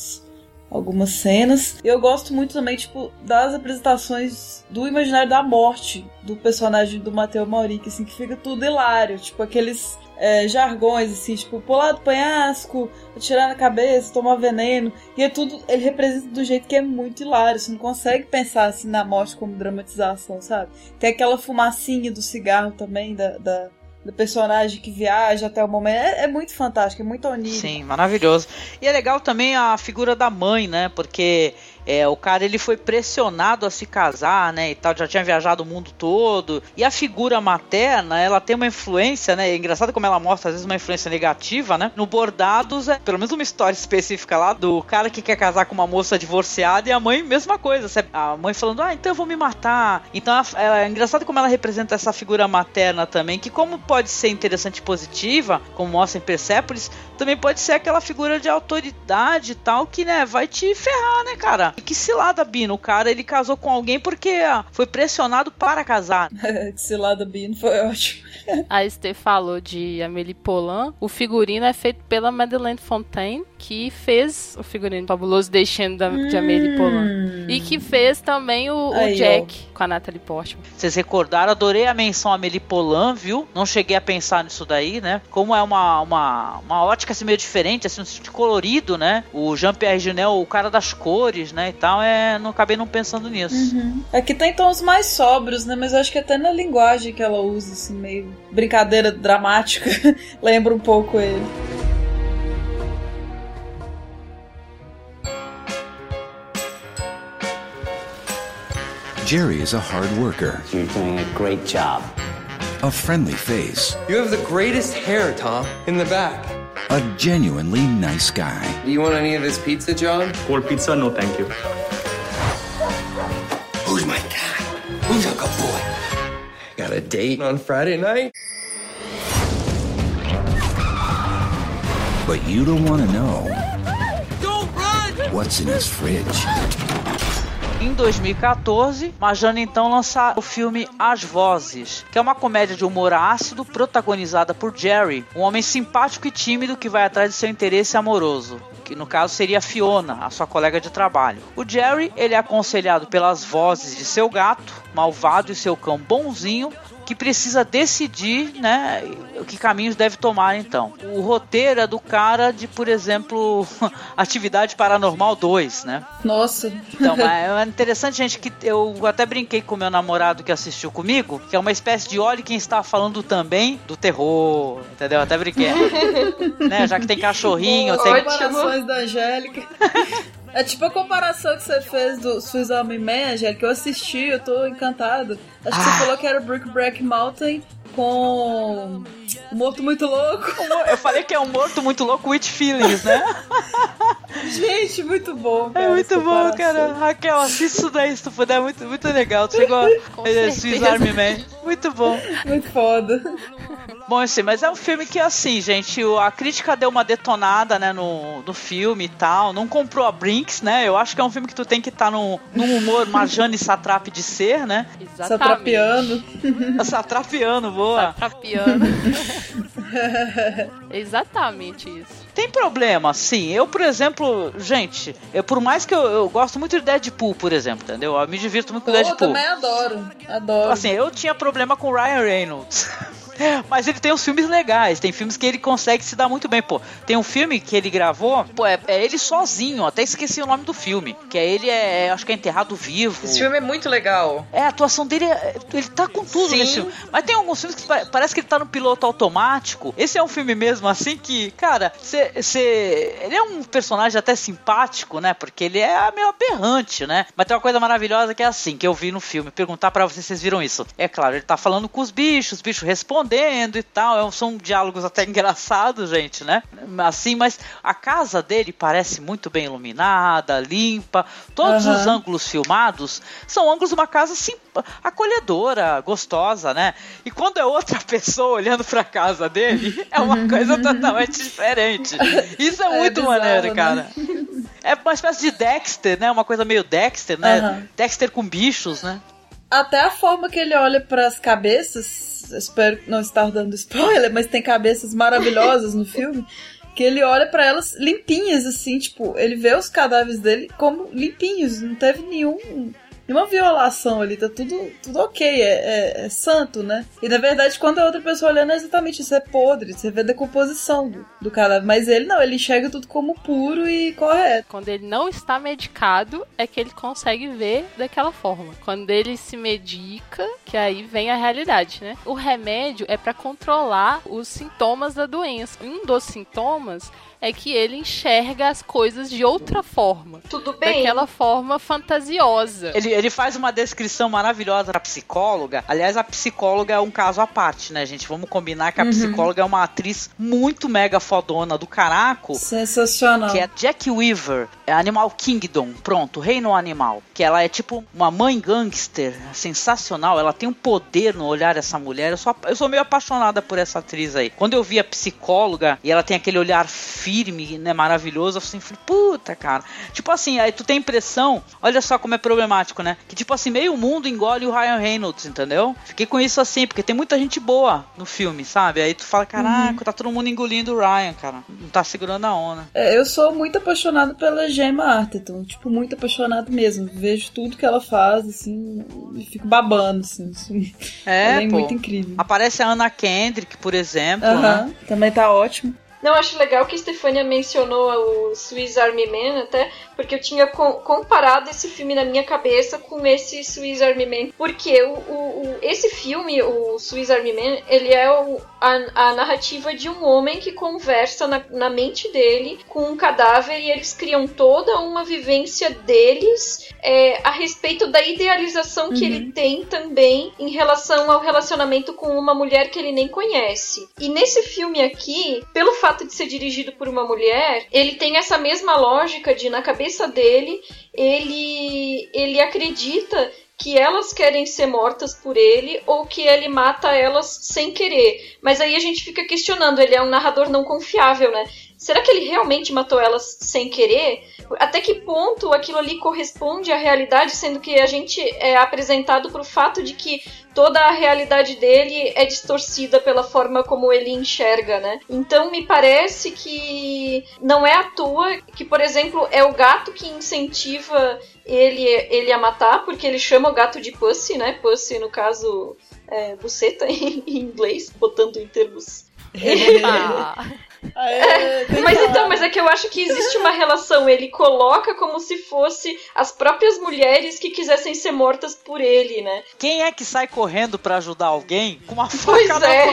algumas cenas. E eu gosto muito também, tipo, das apresentações do imaginário da morte do personagem do Matteo Moric, assim, que fica tudo hilário, tipo, aqueles jargões, assim, tipo, pular do penhasco, atirar na cabeça, tomar veneno, e é tudo, ele representa do jeito que é muito hilário, você não consegue pensar, assim, na morte como dramatização, sabe? Tem aquela fumacinha do cigarro também, do personagem que viaja até o momento, é muito fantástico, é muito onírico. Sim, maravilhoso. E é legal também a figura da mãe, né, porque... o cara, ele foi pressionado a se casar, né, e tal, já tinha viajado o mundo todo, e a figura materna, ela tem uma influência, né, é engraçado como ela mostra às vezes uma influência negativa, né, no Bordados, pelo menos uma história específica lá, do cara que quer casar com uma moça divorciada, e a mãe, mesma coisa, sabe? A mãe falando, então eu vou me matar, então é engraçado como ela representa essa figura materna também, que como pode ser interessante e positiva, como mostra em Persépolis, também pode ser aquela figura de autoridade e tal, que, né, vai te ferrar, né, cara? Que cilada, Bino. O cara, ele casou com alguém porque foi pressionado para casar. Que cilada, Bino. Foi ótimo. A Esther falou de Amélie Poulain. O figurino é feito pela Madeleine Fontaine, que fez o figurino Fabuloso Destino de Amélie Poulain. E que fez também o Jack com a Natalie Portman. Vocês recordaram? Adorei a menção a Amélie Poulain, viu? Não cheguei a pensar nisso daí, né? Como é uma ótica assim, meio diferente, assim, um tipo colorido, né? O Jean-Pierre Jeunet, o cara das cores, né? E tal, não acabei não pensando nisso. Aqui tem tons mais sóbrios, né? Mas eu acho que até na linguagem que ela usa, assim, meio brincadeira dramática, lembra um pouco ele. Jerry is a hard worker. You're doing a great job. A friendly face. You have the greatest hair, Tom, in the back. A genuinely nice guy. Do you want any of this pizza, John? Cold pizza? No, thank you. Who's my guy? Who's a good boy? Got a date on Friday night? But you don't want to know. Don't run! What's in his fridge? Em 2014, Marjane então lança o filme As Vozes, que é uma comédia de humor ácido protagonizada por Jerry, um homem simpático e tímido que vai atrás de seu interesse amoroso, que no caso seria Fiona, a sua colega de trabalho. O Jerry, ele é aconselhado pelas vozes de seu gato malvado e seu cão bonzinho, que precisa decidir, né, que caminhos deve tomar então. O roteiro é do cara de, por exemplo, Atividade Paranormal 2, né? Nossa. Então, é interessante, gente, que eu até brinquei com o meu namorado que assistiu comigo, que é uma espécie de olhe quem está falando também do terror, entendeu? Até brinquei. Né? Já que tem cachorrinho, tem... Comparações da Angélica. É tipo a comparação que você fez do Swiss Army Man, Angélica, que eu assisti, eu tô encantado. Acho que você falou que era Brokeback Mountain com um Morto Muito Louco. Eu falei que é um Morto Muito Louco with feelings, né? Gente, muito bom, cara. É muito bom, cara. Raquel, assiste isso daí se tu puder, é muito, muito legal. Tu chegou a Swiss Army Man. Muito bom. Muito foda. Bom, assim, mas é um filme que, assim, gente, a crítica deu uma detonada, né, no filme e tal. Não comprou a Brinks, né? Eu acho que é um filme que tu tem que estar no humor Marjane Satrapi de ser, né? Satrapiano. Satrapiano, boa. Satrapiano. Exatamente isso. Tem problema, sim. Eu, por exemplo, gente, por mais que eu gosto muito de Deadpool, por exemplo, entendeu? Eu me divirto muito com Deadpool. Eu também adoro. Assim, eu tinha problema com Ryan Reynolds. Mas ele tem uns filmes legais, tem filmes que ele consegue se dar muito bem, pô. Tem um filme que ele gravou, pô, é ele sozinho, até esqueci o nome do filme, que é ele, acho que é Enterrado Vivo. Esse filme é muito legal. A atuação dele, ele tá com tudo nesse filme. Mas tem alguns filmes que parece que ele tá no piloto automático. Esse é um filme mesmo, assim, que, cara, ele é um personagem até simpático, né, porque ele é meio aberrante, né. Mas tem uma coisa maravilhosa que é assim, que eu vi no filme, perguntar pra vocês se vocês viram isso. É claro, ele tá falando com os bichos respondendo e tal, são diálogos até engraçados, gente, né? Assim, mas a casa dele parece muito bem iluminada, limpa, todos os ângulos filmados são ângulos de uma casa acolhedora, gostosa, né? E quando é outra pessoa olhando pra casa dele, é uma coisa totalmente diferente. Isso é muito bizarro, maneiro, cara. Né? É uma espécie de Dexter, né? Uma coisa meio Dexter, né? Dexter com bichos, né? Até a forma que ele olha pras cabeças, espero não estar dando spoiler, mas tem cabeças maravilhosas no filme, que ele olha pra elas limpinhas, assim, tipo, ele vê os cadáveres dele como limpinhos, não teve nenhuma violação ali, tá tudo ok, é santo, né? E na verdade, quando a outra pessoa olhando, é exatamente isso, é podre, você vê a decomposição do cadáver, mas ele não, ele enxerga tudo como puro e correto. Quando ele não está medicado, é que ele consegue ver daquela forma. Quando ele se medica, que aí vem a realidade, né? O remédio é pra controlar os sintomas da doença. Um dos sintomas é que ele enxerga as coisas de outra forma. Tudo bem. Daquela forma fantasiosa. Ele faz uma descrição maravilhosa da psicóloga. Aliás, a psicóloga é um caso à parte, né, gente? Vamos combinar que a psicóloga é uma atriz muito mega fodona do caraco. Sensacional. Que é Jack Weaver. Animal Kingdom, pronto, Reino Animal, que ela é tipo uma mãe gangster, sensacional, ela tem um poder no olhar dessa mulher, eu sou meio apaixonada por essa atriz aí. Quando eu vi a psicóloga e ela tem aquele olhar firme, né, maravilhoso, eu falei, puta, cara, tipo assim, aí tu tem a impressão, olha só como é problemático, né, que tipo assim, meio mundo engole o Ryan Reynolds, entendeu? Fiquei com isso assim, porque tem muita gente boa no filme, sabe? Aí tu fala, caraca, tá todo mundo engolindo o Ryan, cara, não tá segurando a onda. Eu sou muito apaixonado pela Gemma Arterton, tipo, muito apaixonado mesmo. Vejo tudo que ela faz, assim, e fico babando, assim. Ela é muito incrível. Aparece a Anna Kendrick, por exemplo, né? Também tá ótimo. Não, acho legal que a Stefania mencionou o Swiss Army Man, até porque eu tinha comparado esse filme na minha cabeça com esse Swiss Army Man, porque esse filme, o Swiss Army Man, ele é a narrativa de um homem que conversa na mente dele com um cadáver e eles criam toda uma vivência deles a respeito da idealização que ele tem também em relação ao relacionamento com uma mulher que ele nem conhece. E nesse filme aqui, pelo fato de ser dirigido por uma mulher, ele tem essa mesma lógica de, na cabeça dele, ele acredita que elas querem ser mortas por ele ou que ele mata elas sem querer. Mas aí a gente fica questionando, ele é um narrador não confiável, né? Será que ele realmente matou elas sem querer? Até que ponto aquilo ali corresponde à realidade, sendo que a gente é apresentado pro fato de que toda a realidade dele é distorcida pela forma como ele enxerga, né? Então me parece que não é à toa que, por exemplo, é o gato que incentiva ele a matar, porque ele chama o gato de Pussy, né? Pussy, no caso, buceta em inglês, botando em termos... Mas é que eu acho que existe uma relação. Ele coloca como se fosse as próprias mulheres que quisessem ser mortas por ele, né? Quem é que sai correndo pra ajudar alguém com uma faca na mão?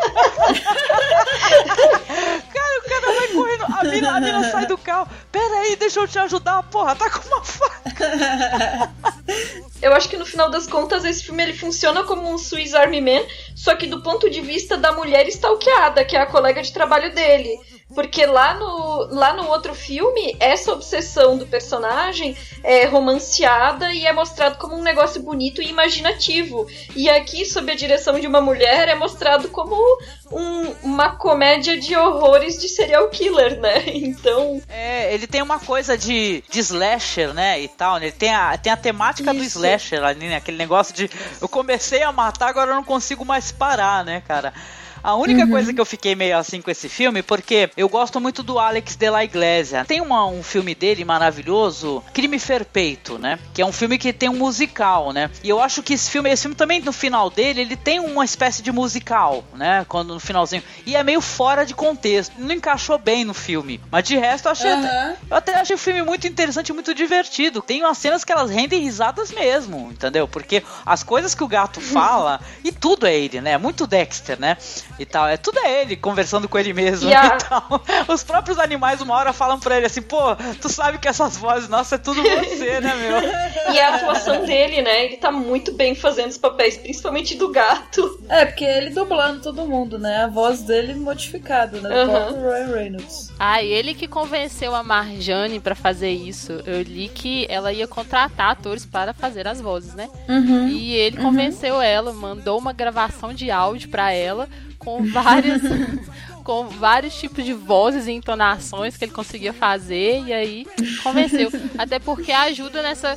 Cara, o cara vai correndo, a mina sai do carro. Pera aí, deixa eu te ajudar, porra, tá com uma faca. Eu acho que no final das contas esse filme ele funciona como um Swiss Army Man, só que do ponto de vista da mulher stalkeada, que é a colega de trabalho dele. Porque lá no outro filme, essa obsessão do personagem é romanceada e é mostrado como um negócio bonito e imaginativo. E aqui, sob a direção de uma mulher, é mostrado como uma comédia de horrores de serial killer, né? Então... ele tem uma coisa de slasher, né, e tal, né? Ele tem a temática do slasher ali, né? Aquele negócio de eu comecei a matar, agora eu não consigo mais parar, né, cara? A única coisa que eu fiquei meio assim com esse filme, porque eu gosto muito do Alex de la Iglesia. Tem um filme dele maravilhoso, Crime Perfeito, né? Que é um filme que tem um musical, né? E eu acho que esse filme também, no final dele, ele tem uma espécie de musical, né? Quando no finalzinho. E é meio fora de contexto. Não encaixou bem no filme. Mas de resto, eu até achei o filme muito interessante, muito divertido. Tem umas cenas que elas rendem risadas mesmo, entendeu? Porque as coisas que o gato fala, e tudo é ele, né? Muito Dexter, né? E tal, tudo é ele conversando com ele mesmo e tal. Os próprios animais uma hora falam pra ele assim, pô, tu sabe que essas vozes, nossa, é tudo você, né, meu? E a atuação dele, né, ele tá muito bem fazendo os papéis, principalmente do gato. Porque ele dublando todo mundo, né, a voz dele modificada, né, do próprio Ryan Reynolds. E ele que convenceu a Marjane pra fazer isso. Eu li que ela ia contratar atores para fazer as vozes, né? E ele convenceu ela, mandou uma gravação de áudio pra ela, com vários tipos de vozes e entonações que ele conseguia fazer, e aí convenceu. Até porque ajuda nessa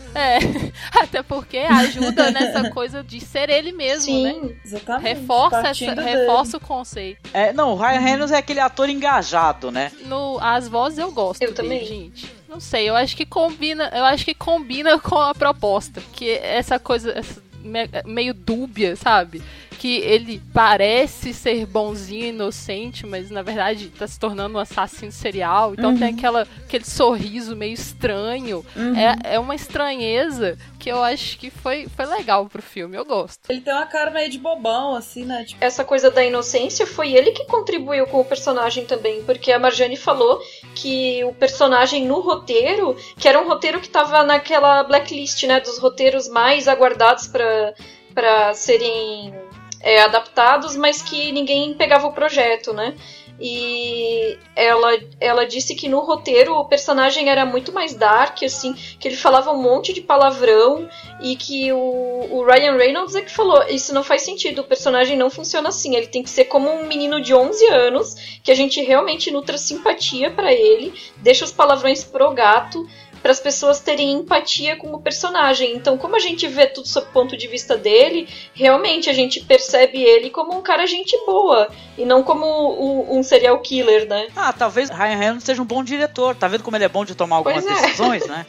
coisa de ser ele mesmo, sim, né? Exatamente. Reforça o conceito. Não, o Ryan Reynolds é aquele ator engajado, né? As vozes eu gosto eu dele, também. gente. Não sei, eu acho que combina com a proposta, que essa coisa meio dúbia, sabe? Que ele parece ser bonzinho e inocente, mas na verdade tá se tornando um assassino serial. Então tem aquele sorriso meio estranho. É uma estranheza que eu acho que foi legal pro filme, eu gosto. Ele tem uma cara meio de bobão, assim, né? Tipo... Essa coisa da inocência foi ele que contribuiu com o personagem também, porque a Marjane falou que o personagem no roteiro, que era um roteiro que tava naquela blacklist, né, dos roteiros mais aguardados pra serem adaptados, mas que ninguém pegava o projeto, né? e ela disse que no roteiro o personagem era muito mais dark, assim, que ele falava um monte de palavrão, e que o Ryan Reynolds é que falou, isso não faz sentido, o personagem não funciona assim, ele tem que ser como um menino de 11 anos, que a gente realmente nutra simpatia pra ele, deixa os palavrões pro gato, para as pessoas terem empatia com o personagem. Então, como a gente vê tudo sob o ponto de vista dele, realmente a gente percebe ele como um cara gente boa, e não como um serial killer, né? Talvez Ryan Reynolds seja um bom diretor. Tá vendo como ele é bom de tomar algumas decisões, né?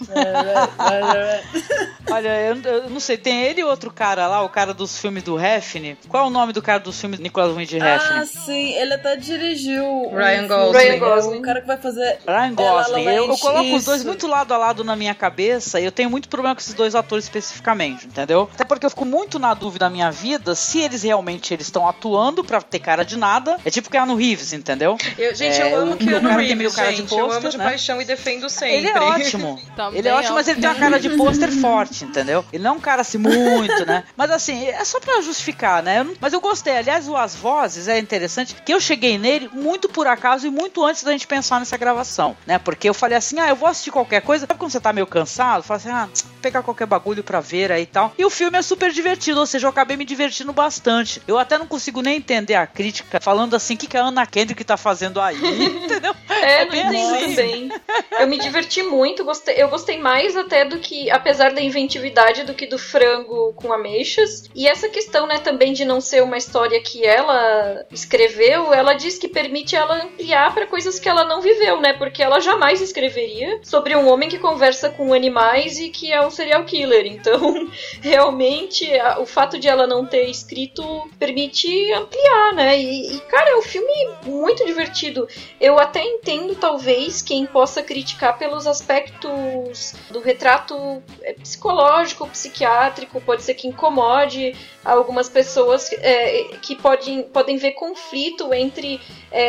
Olha, eu não sei, tem ele e outro cara lá, o cara dos filmes do Refn. Qual é o nome do cara dos filmes do Nicolas Winding Refn? Ah, sim, ele até dirigiu Ryan Gosling. O cara que vai fazer Ryan Gosling. Eu coloco os dois muito lado a lado na minha cabeça, e eu tenho muito problema com esses dois atores especificamente, entendeu? Até porque eu fico muito na dúvida na minha vida se eles realmente estão atuando pra ter cara de nada. É tipo Keanu Reeves, entendeu? Eu amo Keanu Reeves, cara gente. de pôster, eu amo de paixão e defendo sempre. Ele é ótimo. Ele é ótimo, mas ele tem uma cara de pôster forte, entendeu? Ele não é um cara assim muito, né? Mas assim, é só pra justificar, né? Mas eu gostei. Aliás, As Vozes é interessante, que eu cheguei nele muito por acaso e muito antes da gente pensar nessa gravação, né? Porque eu falei assim, eu vou assistir qualquer coisa. Sabe quando você tá meio cansado? Fala assim, pegar qualquer bagulho pra ver aí e tal. E o filme é super divertido, ou seja, eu acabei me divertindo bastante. Eu até não consigo nem entender a crítica falando assim, o que a Anna Kendrick tá fazendo aí, entendeu? Não entendo também. Eu me diverti muito, eu gostei mais até do que, apesar da inventividade, do que do Frango com Ameixas. E essa questão, né, também de não ser uma história que ela escreveu, ela diz que permite ela ampliar pra coisas que ela não viveu, né? Porque ela jamais escreveria sobre um homem que conversa com animais e que é um serial killer. Então, realmente, o fato de ela não ter escrito permite ampliar, né? E cara, é um filme muito divertido. Eu até entendo, talvez, quem possa criticar pelos aspectos do retrato psicológico, psiquiátrico, pode ser que incomode algumas pessoas que podem ver conflito entre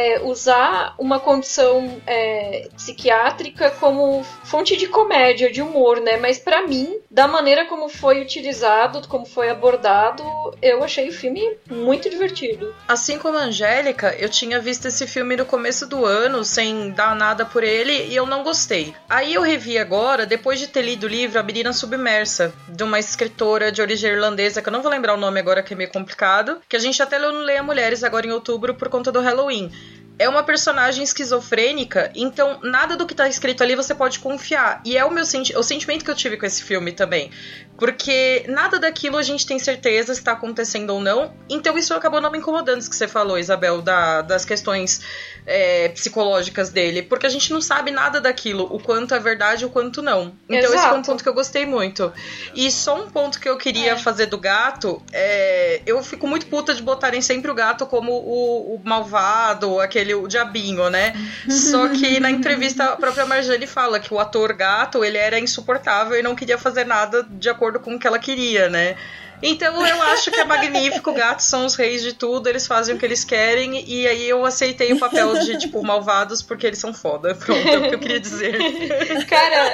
usar uma condição psiquiátrica como fonte de comédia, de humor, né? Mas pra mim, da maneira como foi utilizado, como foi abordado, eu achei o filme muito divertido. Assim como a Angélica, eu tinha visto esse filme no começo do ano, sem dar nada por ele, e eu não gostei. Aí eu revi agora, depois de ter lido o livro A Menina Submersa, de uma escritora de origem irlandesa, que eu não vou lembrar o nome agora, que é meio complicado, que a gente até leu no Leia Mulheres agora em outubro por conta do Halloween. É uma personagem esquizofrênica, então nada do que tá escrito ali você pode confiar. E é o sentimento que eu tive com esse filme também. Porque nada daquilo a gente tem certeza se tá acontecendo ou não. Então isso acabou não me incomodando, isso que você falou, Isabel, das questões psicológicas dele. Porque a gente não sabe nada daquilo, o quanto é verdade e o quanto não. Então esse foi um ponto que eu gostei muito. E só um ponto que eu queria fazer do gato, eu fico muito puta de botarem sempre o gato como o malvado, o diabinho, né? Só que na entrevista a própria Marjane fala que o ator gato, ele era insuportável e não queria fazer nada de acordo com o que ela queria, né? Então eu acho que é magnífico, gatos são os reis de tudo, eles fazem o que eles querem, e aí eu aceitei o papel de, tipo, malvados porque eles são foda. Pronto, é o que eu queria dizer. Cara,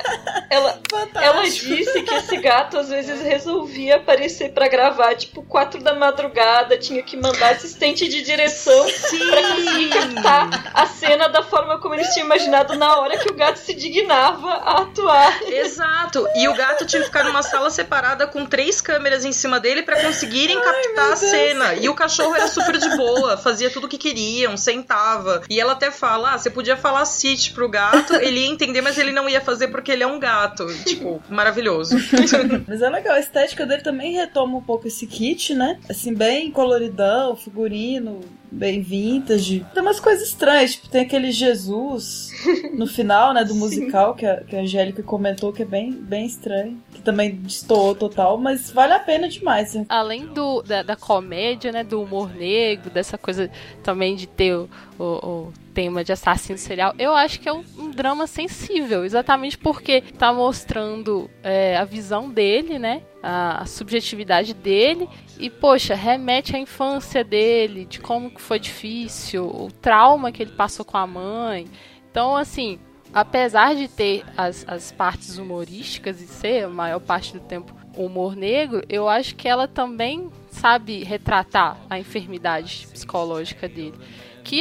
ela disse que esse gato às vezes resolvia aparecer pra gravar, tipo, 4 da madrugada, tinha que mandar assistente de direção pra conseguir captar a cena da forma como eles tinham imaginado na hora que o gato se dignava a atuar. Exato, e o gato tinha que ficar numa sala separada com 3 câmeras em cima dele pra conseguirem captar a cena. E o cachorro era super de boa, fazia tudo o que queriam, sentava. E ela até fala, você podia falar sit pro gato, ele ia entender, mas ele não ia fazer porque ele é um gato. Tipo, maravilhoso. Mas é legal, a estética dele também retoma um pouco esse kit, né? Assim, bem coloridão, figurino, bem vintage. Tem umas coisas estranhas, tipo, tem aquele Jesus no final, né, do musical, que a Angélica comentou, que é bem estranho. Que também destoou total, mas vale a pena demais. Né? Além da comédia, né, do humor negro, dessa coisa também de ter o tema de assassino serial, eu acho que é um drama sensível, exatamente porque tá mostrando a visão dele, né, a subjetividade dele, e poxa, remete à infância dele, de como que foi difícil, o trauma que ele passou com a mãe. Então, assim, apesar de ter as partes humorísticas e ser a maior parte do tempo humor negro, eu acho que ela também sabe retratar a enfermidade psicológica dele, que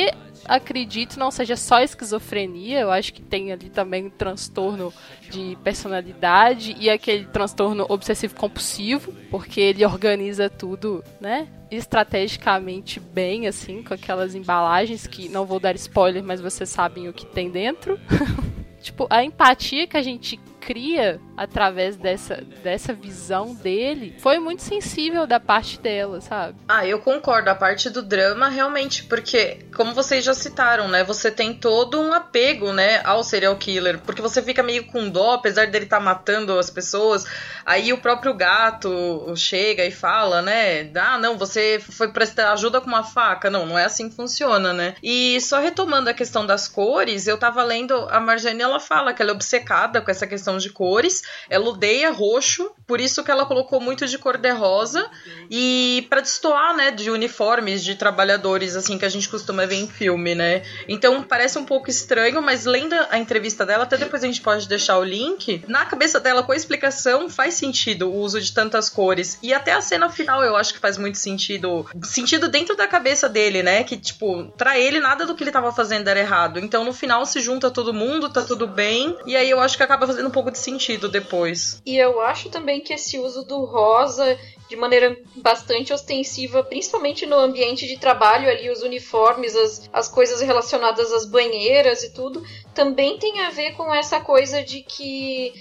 acredito não seja só esquizofrenia, eu acho que tem ali também um transtorno de personalidade e aquele transtorno obsessivo-compulsivo, porque ele organiza tudo, né, estrategicamente bem, assim, com aquelas embalagens que não vou dar spoiler, mas vocês sabem o que tem dentro. Tipo, a empatia que a gente cria através dessa visão dele foi muito sensível da parte dela, sabe? Eu concordo, a parte do drama realmente, porque, como vocês já citaram, né, você tem todo um apego, né, ao serial killer, porque você fica meio com dó, apesar dele estar matando as pessoas, aí o próprio gato chega e fala, né, não, você foi prestar ajuda com uma faca, não é assim que funciona, né, e só retomando a questão das cores, eu tava lendo, a Marjane, ela fala que ela é obcecada com essa questão de cores, ela odeia roxo, por isso que ela colocou muito de cor de rosa, e pra destoar, né, de uniformes de trabalhadores, assim, que a gente costuma ver em filme, né, então parece um pouco estranho, mas lendo a entrevista dela, até depois a gente pode deixar o link, na cabeça dela, com a explicação, faz sentido o uso de tantas cores, e até a cena final eu acho que faz muito sentido dentro da cabeça dele, né, que, tipo, pra ele nada do que ele tava fazendo era errado, então no final se junta todo mundo, tá tudo bem, e aí eu acho que acaba fazendo um pouco de sentido depois. E eu acho também que esse uso do rosa de maneira bastante ostensiva, principalmente no ambiente de trabalho ali, os uniformes, as coisas relacionadas às banheiras e tudo, também tem a ver com essa coisa de que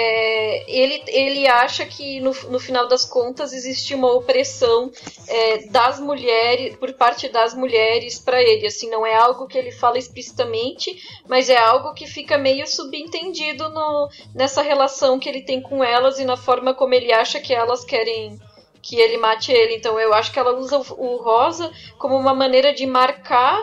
ele acha que no final das contas existe uma opressão das mulheres, por parte das mulheres para ele, assim, não é algo que ele fala explicitamente, mas é algo que fica meio subentendido nessa relação que ele tem com elas e na forma como ele acha que elas querem que ele mate ele. Então eu acho que ela usa o rosa como uma maneira de marcar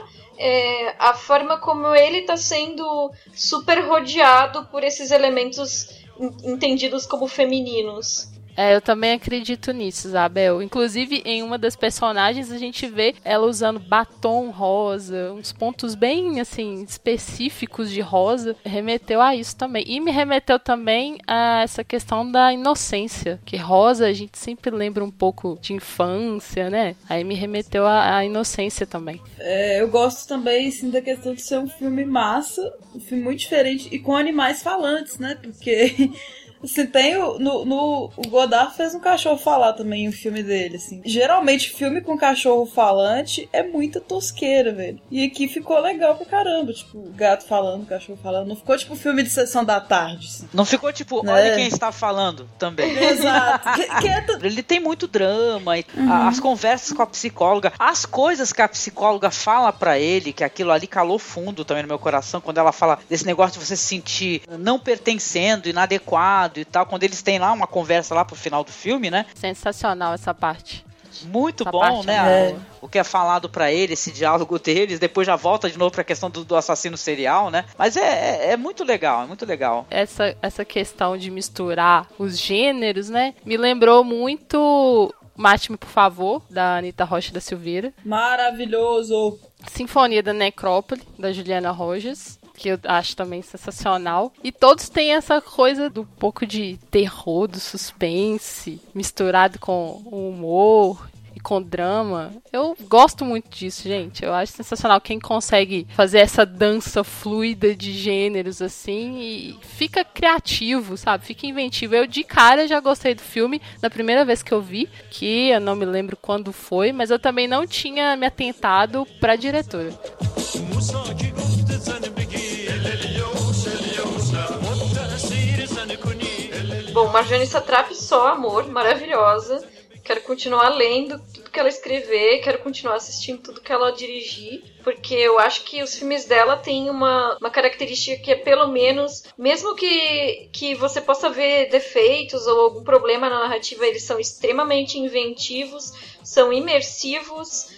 a forma como ele está sendo super rodeado por esses elementos entendidos como femininos. Eu também acredito nisso, Isabel. Inclusive, em uma das personagens, a gente vê ela usando batom rosa, uns pontos bem, assim, específicos de rosa. Remeteu a isso também. E me remeteu também a essa questão da inocência. Que rosa a gente sempre lembra um pouco de infância, né? Aí me remeteu à inocência também. Eu gosto também, sim, da questão de ser um filme massa, um filme muito diferente e com animais falantes, né? Porque... Assim, tem o Godard fez um cachorro falar também em um filme dele, assim. Geralmente, filme com cachorro falante é muita tosqueira, velho. E aqui ficou legal pra caramba, tipo, gato falando, cachorro falando. Não ficou tipo filme de sessão da tarde, assim. Não ficou tipo, né? Olha quem está falando também. Exato. Ele tem muito drama, as conversas com a psicóloga, as coisas que a psicóloga fala pra ele, que aquilo ali calou fundo também no meu coração, quando ela fala desse negócio de você se sentir não pertencendo, inadequado e tal, quando eles têm lá uma conversa lá pro final do filme, né? Sensacional essa parte. Muito essa bom, parte, né? O que é falado pra ele, esse diálogo deles, depois já volta de novo pra questão do assassino serial, né? Mas é muito legal, é muito legal. Essa questão de misturar os gêneros, né? Me lembrou muito Mate-me, por favor, da Anita Rocha da Silveira. Maravilhoso! Sinfonia da Necrópole, da Juliana Rojas, que eu acho também sensacional. E todos têm essa coisa do pouco de terror, do suspense, misturado com o humor e com drama. Eu gosto muito disso, gente. Eu acho sensacional quem consegue fazer essa dança fluida de gêneros, assim, e fica criativo, sabe? Fica inventivo. Eu, de cara, já gostei do filme na primeira vez que eu vi, que eu não me lembro quando foi, mas eu também não tinha me atentado pra diretora. Bom, Marjane Satrapi, só amor, maravilhosa. Quero continuar lendo tudo que ela escrever, quero continuar assistindo tudo que ela dirigir, porque eu acho que os filmes dela têm uma característica que é, pelo menos, mesmo que você possa ver defeitos ou algum problema na narrativa, eles são extremamente inventivos, são imersivos,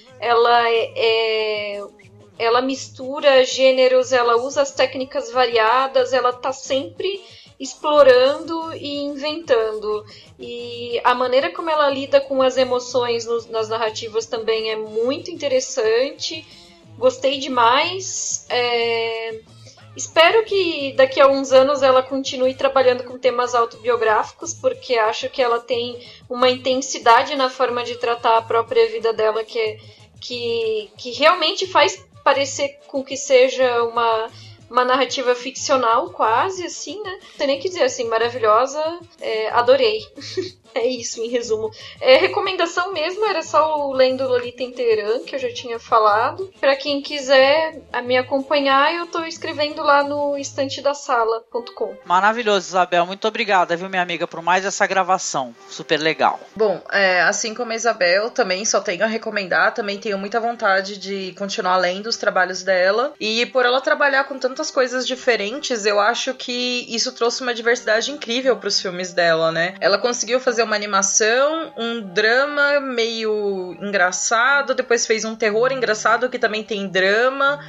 ela mistura gêneros, ela usa as técnicas variadas, ela tá sempre explorando e inventando. E a maneira como ela lida com as emoções nas narrativas também é muito interessante. Gostei demais. Espero que daqui a uns anos ela continue trabalhando com temas autobiográficos, porque acho que ela tem uma intensidade na forma de tratar a própria vida dela que realmente faz parecer com que seja uma narrativa ficcional quase, assim, né? Não sei nem o que dizer, assim, maravilhosa, adorei. É isso, em resumo. Recomendação mesmo, era só o Lendo Lolita em Teherã, que eu já tinha falado. Pra quem quiser me acompanhar, eu tô escrevendo lá no estantedasala.com. Maravilhoso, Isabel. Muito obrigada, viu, minha amiga, por mais essa gravação. Super legal. Bom, assim como a Isabel, também só tenho a recomendar, também tenho muita vontade de continuar lendo os trabalhos dela. E por ela trabalhar com tantas coisas diferentes, eu acho que isso trouxe uma diversidade incrível pros filmes dela, né? Ela conseguiu fazer uma animação, um drama meio engraçado, depois fez um terror engraçado que também tem drama,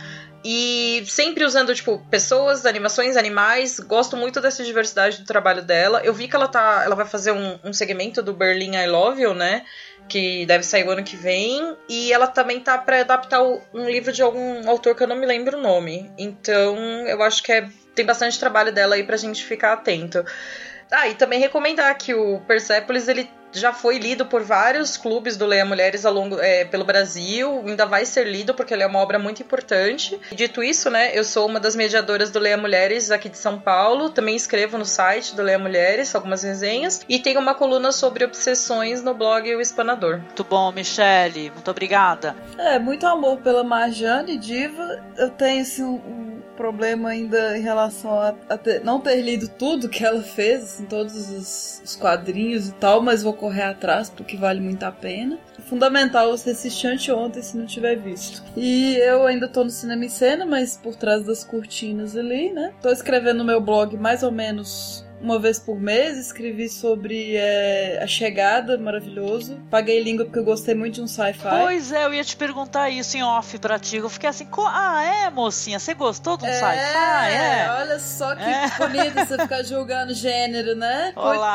e sempre usando, tipo, pessoas, animações, animais. Gosto muito dessa diversidade do trabalho dela. Eu vi que ela vai fazer um segmento do Berlin I Love You, né? Que deve sair o ano que vem. E ela também tá pra adaptar um livro de algum autor que eu não me lembro o nome. Então, eu acho que tem bastante trabalho dela aí pra gente ficar atento. E também recomendar que o Persepolis, ele já foi lido por vários clubes do Leia Mulheres pelo Brasil, ainda vai ser lido porque ele é uma obra muito importante. Dito isso, né, eu sou uma das mediadoras do Leia Mulheres aqui de São Paulo, também escrevo no site do Leia Mulheres algumas resenhas e tenho uma coluna sobre obsessões no blog O Espanador. Muito bom, Michele, muito obrigada. Muito amor pela Marjane, diva. Eu tenho assim, um problema ainda em relação a não ter lido tudo que ela fez, assim, todos os quadrinhos e tal, mas vou correr atrás porque vale muito a pena. Fundamental você assistir anteontem se não tiver visto. E eu ainda tô no Cinema em Cena, mas por trás das cortinas ali, né? Tô escrevendo no meu blog mais ou menos uma vez por mês, escrevi sobre A Chegada, maravilhoso. Paguei língua porque eu gostei muito de um sci-fi. Pois é, eu ia te perguntar isso em off pra ti. Eu fiquei assim, mocinha, você gostou de um sci-fi? Olha só que bonito você ficar julgando gênero, né?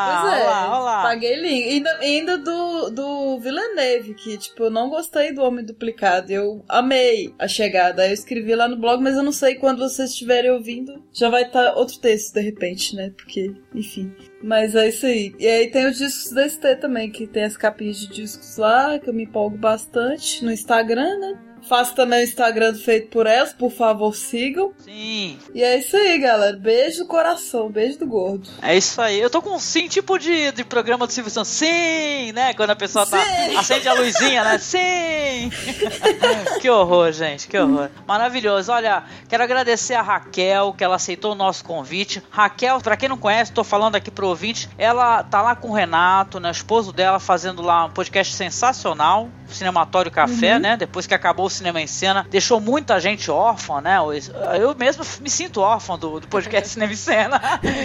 Olá. Paguei língua. Ainda do Villeneuve, que tipo, eu não gostei do Homem Duplicado. Eu amei A Chegada. Aí eu escrevi lá no blog, mas eu não sei quando vocês estiverem ouvindo. Já vai estar outro texto, de repente, né? Porque enfim, mas é isso aí. E aí tem os discos da ST também, que tem as capinhas de discos lá, que eu me empolgo bastante no Instagram, né? Faço também o Instagram feito por elas, por favor, sigam. Sim. E é isso aí, galera. Beijo do coração, beijo do gordo. É isso aí. Eu tô com sim, tipo de programa do Silvio Santos. Sim, né? Quando a pessoa acende a luzinha, né? Sim. Que horror, gente, que horror. Maravilhoso. Olha, quero agradecer a Raquel, que ela aceitou o nosso convite. Raquel, pra quem não conhece, tô falando aqui pro ouvinte, ela tá lá com o Renato, né? O esposo dela, fazendo lá um podcast sensacional, Cinematório Café, né? Depois que acabou o Cinema em Cena, deixou muita gente órfã, né? Eu mesmo me sinto órfã do podcast Cinema em Cena.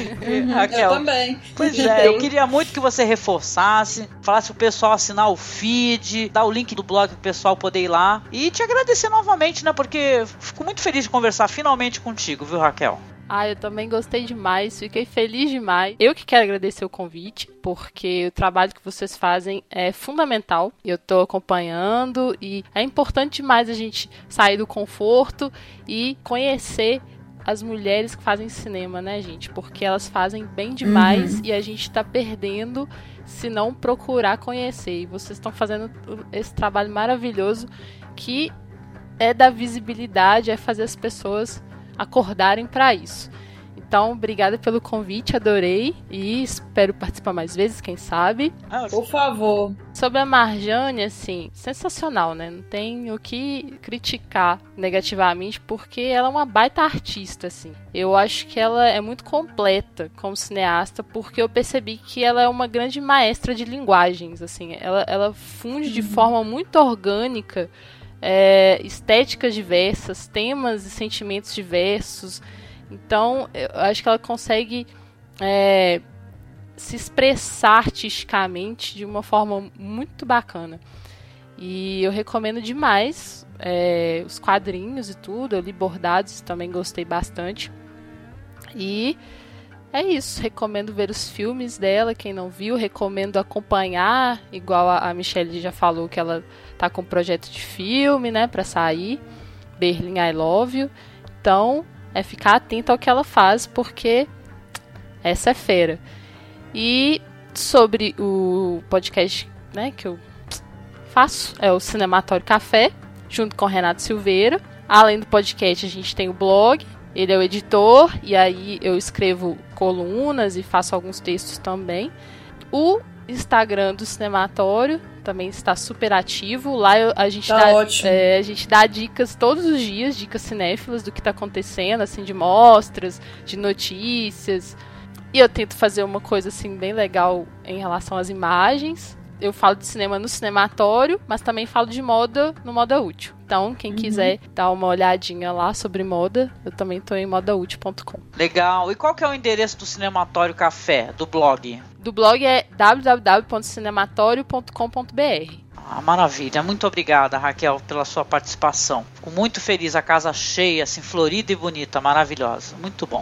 Raquel, eu também. Pois é, eu queria muito que você reforçasse, falasse pro pessoal assinar o feed, dar o link do blog pro pessoal poder ir lá e te agradecer novamente, né? Porque fico muito feliz de conversar finalmente contigo, viu, Raquel? Eu também gostei demais, fiquei feliz demais. Eu que quero agradecer o convite, porque o trabalho que vocês fazem é fundamental. Eu tô acompanhando e é importante demais a gente sair do conforto e conhecer as mulheres que fazem cinema, né, gente? Porque elas fazem bem demais e a gente tá perdendo se não procurar conhecer. E vocês estão fazendo esse trabalho maravilhoso que é da visibilidade, é fazer as pessoas acordarem para isso. Então, obrigada pelo convite, adorei e espero participar mais vezes, quem sabe. Por favor. Sobre a Marjane, assim, sensacional, né? Não tem o que criticar negativamente, porque ela é uma baita artista, assim. Eu acho que ela é muito completa como cineasta, porque eu percebi que ela é uma grande maestra de linguagens, assim. Ela funde de forma muito orgânica estéticas diversas, temas e sentimentos diversos. Então, eu acho que ela consegue se expressar artisticamente de uma forma muito bacana. E eu recomendo demais os quadrinhos e tudo. Eu li Bordados, também gostei bastante. E é isso, recomendo ver os filmes dela, quem não viu, recomendo acompanhar, igual a Michelle já falou que ela tá com um projeto de filme, né, pra sair, Berlin I Love You. Então, ficar atento ao que ela faz, porque essa é fera. E sobre o podcast, né, que eu faço, é o Cinematório Café, junto com o Renato Silveira, Além do podcast, a gente tem o blog. Ele é o editor, e aí eu escrevo colunas e faço alguns textos também. O Instagram do Cinematório também está super ativo. Lá a gente a gente dá dicas todos os dias, dicas cinéfilas do que está acontecendo, assim, de mostras, de notícias. E eu tento fazer uma coisa assim bem legal em relação às imagens. Eu falo de cinema no Cinematório, mas também falo de moda no Moda Útil. Então, quem quiser dar uma olhadinha lá sobre moda, eu também tô em modaútil.com. Legal. E qual que é o endereço do Cinematório Café, do blog? Do blog é www.cinematório.com.br. Ah, maravilha. Muito obrigada, Raquel, pela sua participação. Fico muito feliz, a casa cheia, assim, florida e bonita, maravilhosa. Muito bom.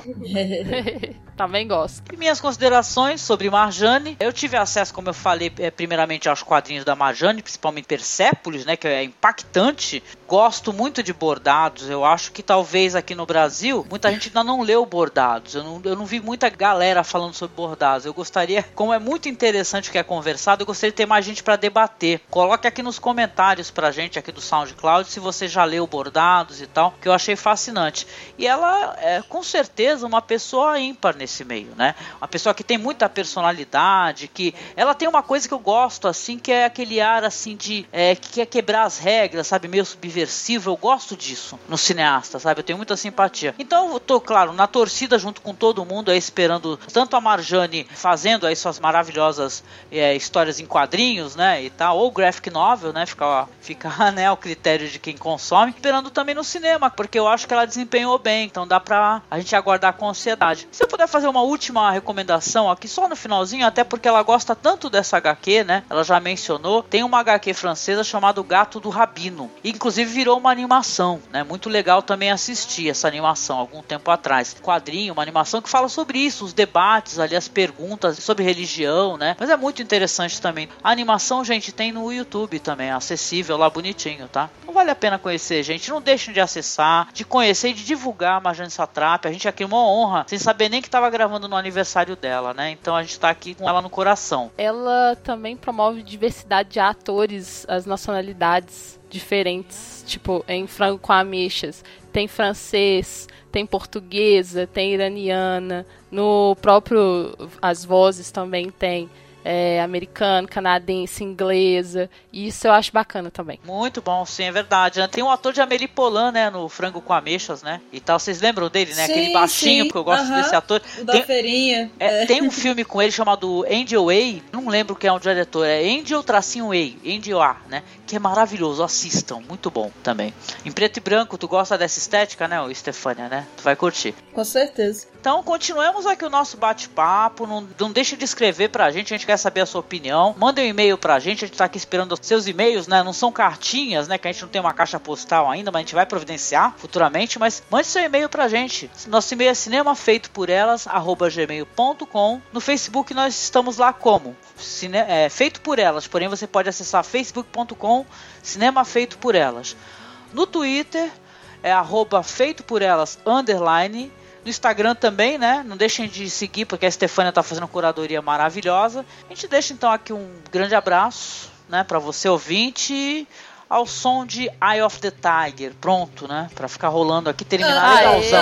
Também gosto. E minhas considerações sobre Marjane. Eu tive acesso, como eu falei, primeiramente aos quadrinhos da Marjane, principalmente Persépolis, né, que é impactante. Gosto muito de Bordados. Eu acho que talvez aqui no Brasil, muita gente ainda não leu Bordados. Eu não vi muita galera falando sobre Bordados. Eu gostaria, como é muito interessante o que é conversado, eu gostaria de ter mais gente para debater. Coloque aqui nos comentários pra gente, aqui do SoundCloud, se você já leu Bordados e tal, que eu achei fascinante. E ela é, com certeza, uma pessoa ímpar nesse meio, né? Uma pessoa que tem muita personalidade, que ela tem uma coisa que eu gosto, assim, que é aquele ar, assim, de que quer quebrar as regras, sabe? Meio subversivo. Eu gosto disso no cineasta, sabe? Eu tenho muita simpatia. Então eu tô, claro, na torcida junto com todo mundo, aí, esperando tanto a Marjane fazendo aí suas maravilhosas histórias em quadrinhos, né? E tal, ou graphic novel, né? Fica né, ao critério de quem consome, esperando também no cinema, porque eu acho que ela desempenhou bem, então dá pra a gente aguardar com ansiedade. Se eu puder fazer uma última recomendação aqui, só no finalzinho, até porque ela gosta tanto dessa HQ, né? Ela já mencionou, tem uma HQ francesa chamada O Gato do Rabino, e, inclusive virou uma animação, né? Muito legal também assistir essa animação, algum tempo atrás. Quadrinho, uma animação que fala sobre isso, os debates ali, as perguntas sobre religião, né? Mas é muito interessante também. A animação, gente, tem no YouTube também, acessível lá, bonitinho, tá? Não vale a pena conhecer, gente. Não deixem de acessar, de conhecer e de divulgar a Marjane Satrapi. A gente aqui é uma honra, sem saber nem que estava gravando no aniversário dela, né? Então a gente tá aqui com ela no coração. Ela também promove diversidade de atores, as nacionalidades diferentes, tipo, em Frango com Ameixas. Tem francês, tem portuguesa, tem iraniana. No próprio As Vozes também tem americano, canadense, inglesa. E isso eu acho bacana também. Muito bom, sim, é verdade. Tem um ator de Amélie Poulain, né, no Frango com Ameixas, né, e tal. Vocês lembram dele, né? Sim, aquele baixinho, porque eu gosto desse ator. O da feirinha. Tem um filme com ele chamado Angel Way, não lembro quem é o diretor, é Angel-Way, Angel A, né, que é maravilhoso, assistam, muito bom também. Em preto e branco, tu gosta dessa estética, né, Estefânia, né? Tu vai curtir. Com certeza. Então, continuemos aqui o nosso bate-papo, não deixe de escrever pra gente quer saber a sua opinião. Manda um e-mail pra gente, a gente tá aqui esperando os seus e-mails, né? Não são cartinhas, né? Que a gente não tem uma caixa postal ainda, mas a gente vai providenciar futuramente, mas mande seu e-mail pra gente. Nosso e-mail é cinemafeitoporelas@gmail.com. No Facebook nós estamos lá como Feito por Elas, porém você pode acessar facebook.com Cinema Feito por Elas. No Twitter é @feitoporelas_. No Instagram também, né? Não deixem de seguir, porque a Estefânia tá fazendo curadoria maravilhosa. A gente deixa então aqui um grande abraço, né, para você ouvinte, ao som de Eye of the Tiger. Pronto, né? Pra ficar rolando aqui, terminar legalzão.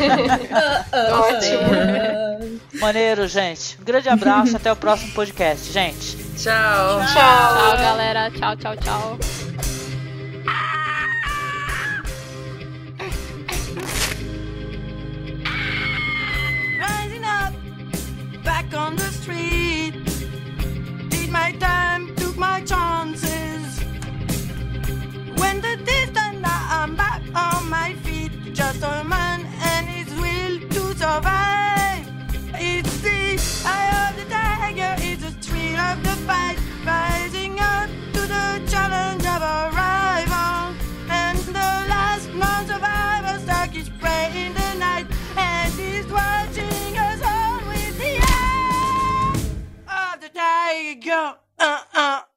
Ótimo. Maneiro, gente. Um grande abraço, até o próximo podcast, gente. Tchau. Tchau, galera. Tchau, tchau, tchau. Back on the street, did my time, took my chances. When the distance, now I'm back on my feet. Just a man and his will to survive. It's the eye of the tiger, it's the thrill of the fight. Rising up to the challenge of a rival. And the last non-survivor stuck his prey in the night. And he's watching us all with the eye of the tiger.